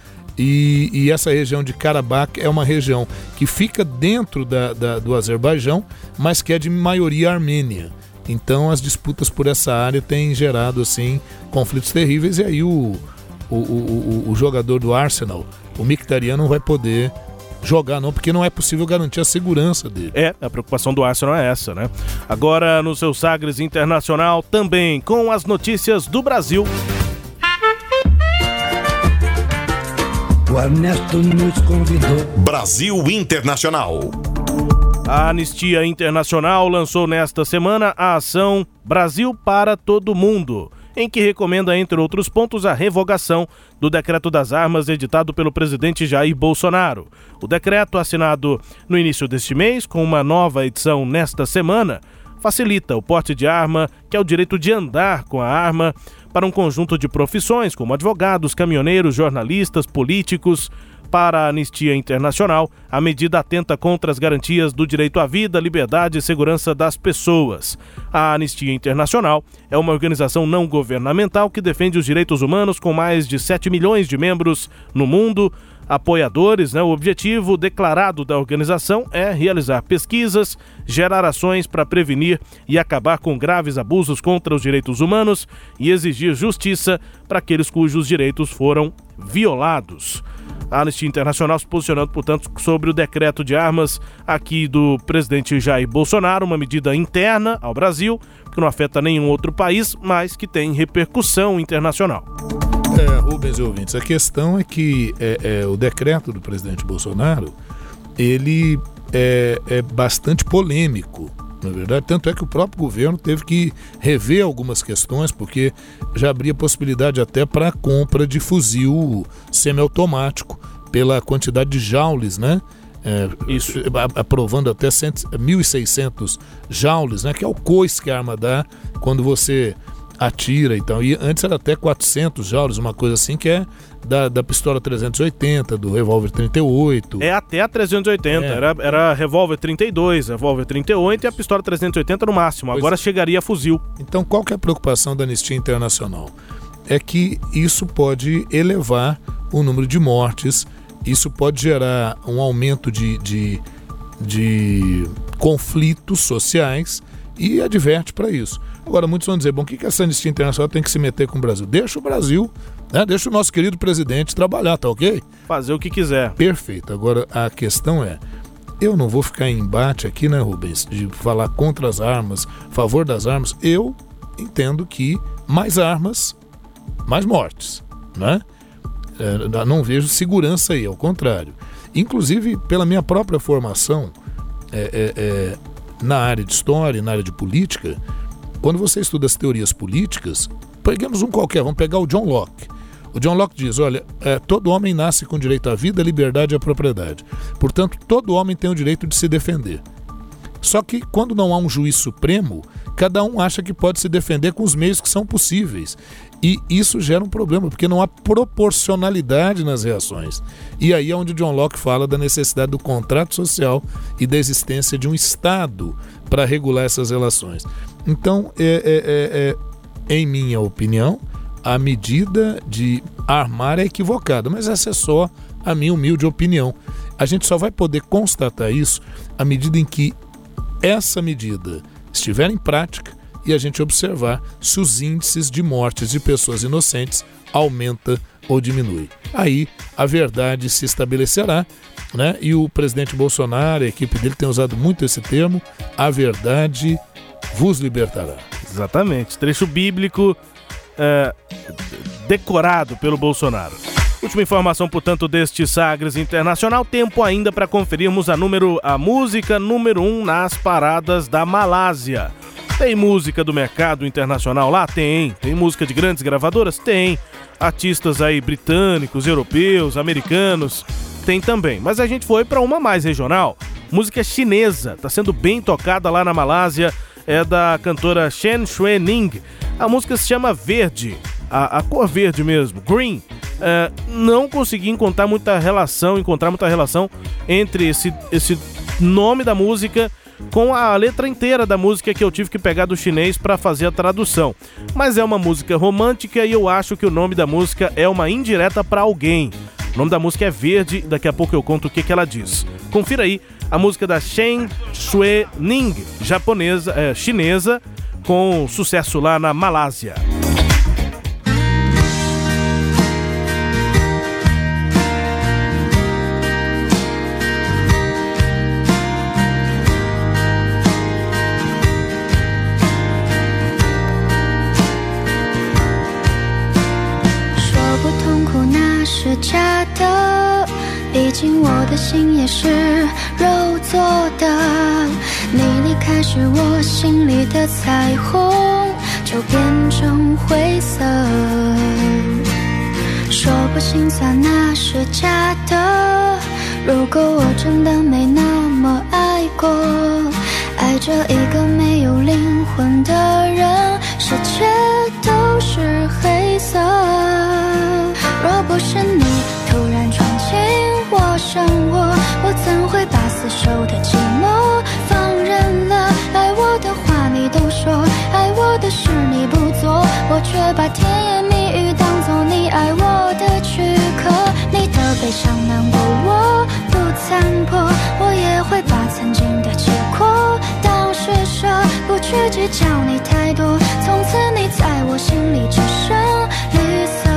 E, e essa região de Karabakh é uma região que fica dentro da, da, do Azerbaijão, mas que é de maioria armênia. Então as disputas por essa área têm gerado assim, conflitos terríveis, e aí o, o, o, o jogador do Arsenal, o Mkhitaryan, não vai poder jogar não, porque não é possível garantir a segurança dele. É, a preocupação do Arsenal é essa, né? Agora no seu Sagres Internacional, também com as notícias do Brasil. O Ernesto nos convidou. Brasil Internacional. A Anistia Internacional lançou nesta semana a ação Brasil para Todo Mundo, em que recomenda, entre outros pontos, a revogação do decreto das armas editado pelo presidente Jair Bolsonaro. O decreto, assinado no início deste mês, com uma nova edição nesta semana, facilita o porte de arma, que é o direito de andar com a arma, para um conjunto de profissões, como advogados, caminhoneiros, jornalistas, políticos. Para a Anistia Internacional, a medida atenta contra as garantias do direito à vida, liberdade e segurança das pessoas. A Anistia Internacional é uma organização não governamental que defende os direitos humanos com mais de sete milhões de membros no mundo. Apoiadores, né? O objetivo declarado da organização é realizar pesquisas, gerar ações para prevenir e acabar com graves abusos contra os direitos humanos e exigir justiça para aqueles cujos direitos foram violados. A Anistia Internacional se posicionando, portanto, sobre o decreto de armas aqui do presidente Jair Bolsonaro, uma medida interna ao Brasil, que não afeta nenhum outro país, mas que tem repercussão internacional. É, Rubens e ouvintes, a questão é que é, é, o decreto do presidente Bolsonaro, ele é, é bastante polêmico, na verdade, tanto é que o próprio governo teve que rever algumas questões, porque já abria possibilidade até para a compra de fuzil semiautomático pela quantidade de joules, né? É, Isso. Aprovando até mil e seiscentos joules, né? Que é o coice que a arma dá quando você atira e tal. E antes era até quatrocentos joules, uma coisa assim, que é da, da pistola trezentos e oitenta, do revólver trinta e oito. É até a trezentos e oitenta, é. era, era revólver trinta e dois, revólver trinta e oito e a pistola trezentos e oitenta no máximo. Agora pois chegaria a fuzil. Então qual que é a preocupação da Anistia Internacional? É que isso pode elevar o número de mortes, isso pode gerar um aumento de, de, de conflitos sociais e adverte para isso. Agora, muitos vão dizer, bom, o que, que essa Anistia Internacional tem que se meter com o Brasil? Deixa o Brasil, né? Deixa o nosso querido presidente trabalhar, tá ok? Fazer o que quiser. Perfeito. Agora, a questão é, eu não vou ficar em embate aqui, né, Rubens, de falar contra as armas, favor das armas. Eu entendo que mais armas, mais mortes, né? É, não vejo segurança aí, ao contrário. Inclusive, pela minha própria formação é, é, é, na área de história, na área de política, quando você estuda as teorias políticas, pegamos um qualquer, vamos pegar o John Locke. O John Locke diz, olha, é, todo homem nasce com direito à vida, à liberdade e à propriedade. Portanto, todo homem tem o direito de se defender. Só que quando não há um juiz supremo, cada um acha que pode se defender com os meios que são possíveis. E isso gera um problema, porque não há proporcionalidade nas reações. E aí é onde o John Locke fala da necessidade do contrato social e da existência de um Estado para regular essas relações. Então, é, é, é, é, em minha opinião, a medida de armar é equivocada, mas essa é só a minha humilde opinião. A gente só vai poder constatar isso à medida em que essa medida estiver em prática e a gente observar se os índices de mortes de pessoas inocentes aumenta ou diminui. Aí a verdade se estabelecerá, né? E o presidente Bolsonaro, a equipe dele tem usado muito esse termo, a verdade vos libertará. Exatamente, trecho bíblico é, decorado pelo Bolsonaro. Última informação, portanto, deste Sagres Internacional. Tempo ainda para conferirmos a, número, a música número um nas paradas da Malásia. Tem música do mercado internacional lá? Tem. Tem música de grandes gravadoras? Tem. Artistas aí britânicos, europeus, americanos? Tem também. Mas a gente foi para uma mais regional. Música chinesa. Está sendo bem tocada lá na Malásia. É da cantora Chen Xuening. A música se chama Verde. A, a cor verde mesmo. Green. É, não consegui encontrar muita relação, encontrar muita relação entre esse, esse nome da música com a letra inteira da música que eu tive que pegar do chinês para fazer a tradução. Mas é uma música romântica e eu acho que o nome da música é uma indireta para alguém. O nome da música é Verde, daqui a pouco eu conto o que, que ela diz. Confira aí a música da Chen Xuening, japonesa, é, chinesa, com sucesso lá na Malásia. 假的，毕竟我的心也是肉做的。你离开时，我心里的彩虹就变成灰色。说不心酸那是假的，如果我真的没那么爱过，爱着一个没有灵魂的人，世界都是黑色。若不是你突然闯进我生活，我怎会把死守的寂寞放任了？爱我的话你都说，爱我的事你不做，我却把甜言蜜语当作你爱我的躯壳。你的悲伤难过我不残破，我也会把曾经的结果当施舍，不去计较你太多，从此你在我心里只剩绿色。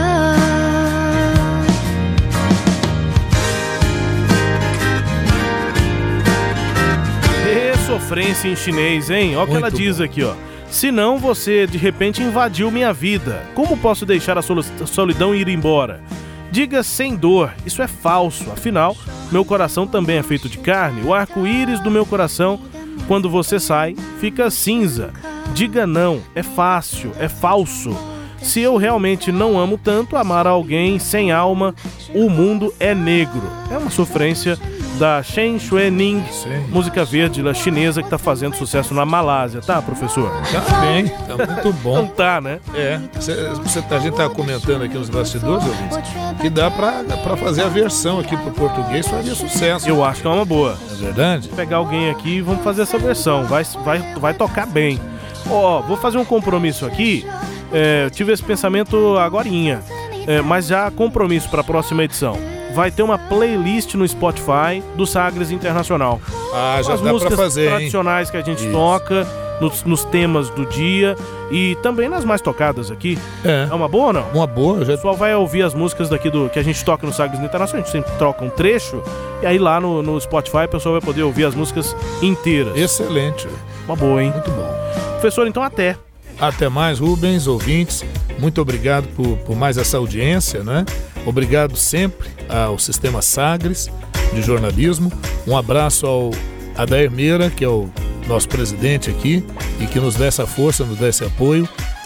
Sofrência em chinês, hein? Olha o que ela diz aqui, ó. Se não, você de repente invadiu minha vida. Como posso deixar a solidão ir embora? Diga sem dor, isso é falso. Afinal, meu coração também é feito de carne. O arco-íris do meu coração, quando você sai, fica cinza. Diga não, é fácil, é falso. Se eu realmente não amo tanto, amar alguém sem alma, o mundo é negro. É uma sofrência da Chen Xuening, música verde chinesa que tá fazendo sucesso na Malásia, tá, professor? Tá bem, tá muito bom. Não tá, né? É, cê, cê, a gente tá comentando aqui nos bastidores, ouvintes, que dá pra, pra fazer a versão aqui pro português, faria sucesso. Eu acho que é uma boa. É verdade? Vou pegar alguém aqui e vamos fazer essa versão, vai, vai, vai tocar bem. Ó, vou fazer um compromisso aqui, é, eu tive esse pensamento agorinha, é, mas já compromisso pra próxima edição. Vai ter uma playlist no Spotify do Sagres Internacional. Ah, já as dá músicas pra fazer, tradicionais hein? Que a gente Isso. toca nos, nos temas do dia e também nas mais tocadas aqui. É, é uma boa ou não? Uma boa. Já... O pessoal vai ouvir as músicas daqui do que a gente toca no Sagres Internacional. A gente sempre troca um trecho e aí lá no, no Spotify o pessoal vai poder ouvir as músicas inteiras. Excelente. Uma boa, hein? Muito bom. Professor, então até. Até mais, Rubens, ouvintes. Muito obrigado por, por mais essa audiência, né? Obrigado sempre ao Sistema Sagres de jornalismo. Um abraço ao Adair Meira, que é o nosso presidente aqui e que nos dá essa força, nos dá esse apoio,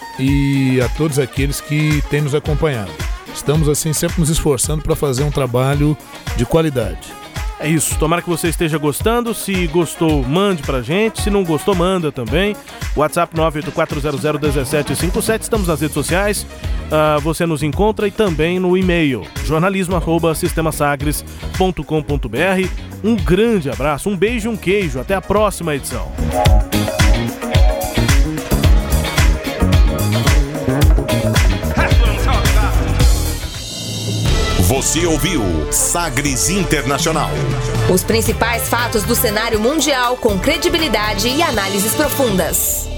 e a todos aqueles que têm nos acompanhado. Estamos assim sempre nos esforçando para fazer um trabalho de qualidade. É isso, tomara que você esteja gostando. Se gostou, mande pra gente. Se não gostou, manda também. WhatsApp nove oito quatro zero zero um sete cinco sete. Estamos nas redes sociais. Uh, você nos encontra e também no e-mail jornalismo arroba sistema sagres ponto com ponto b r. Um grande abraço, um beijo e um queijo. Até a próxima edição. Você ouviu Sagres Internacional. Os principais fatos do cenário mundial com credibilidade e análises profundas.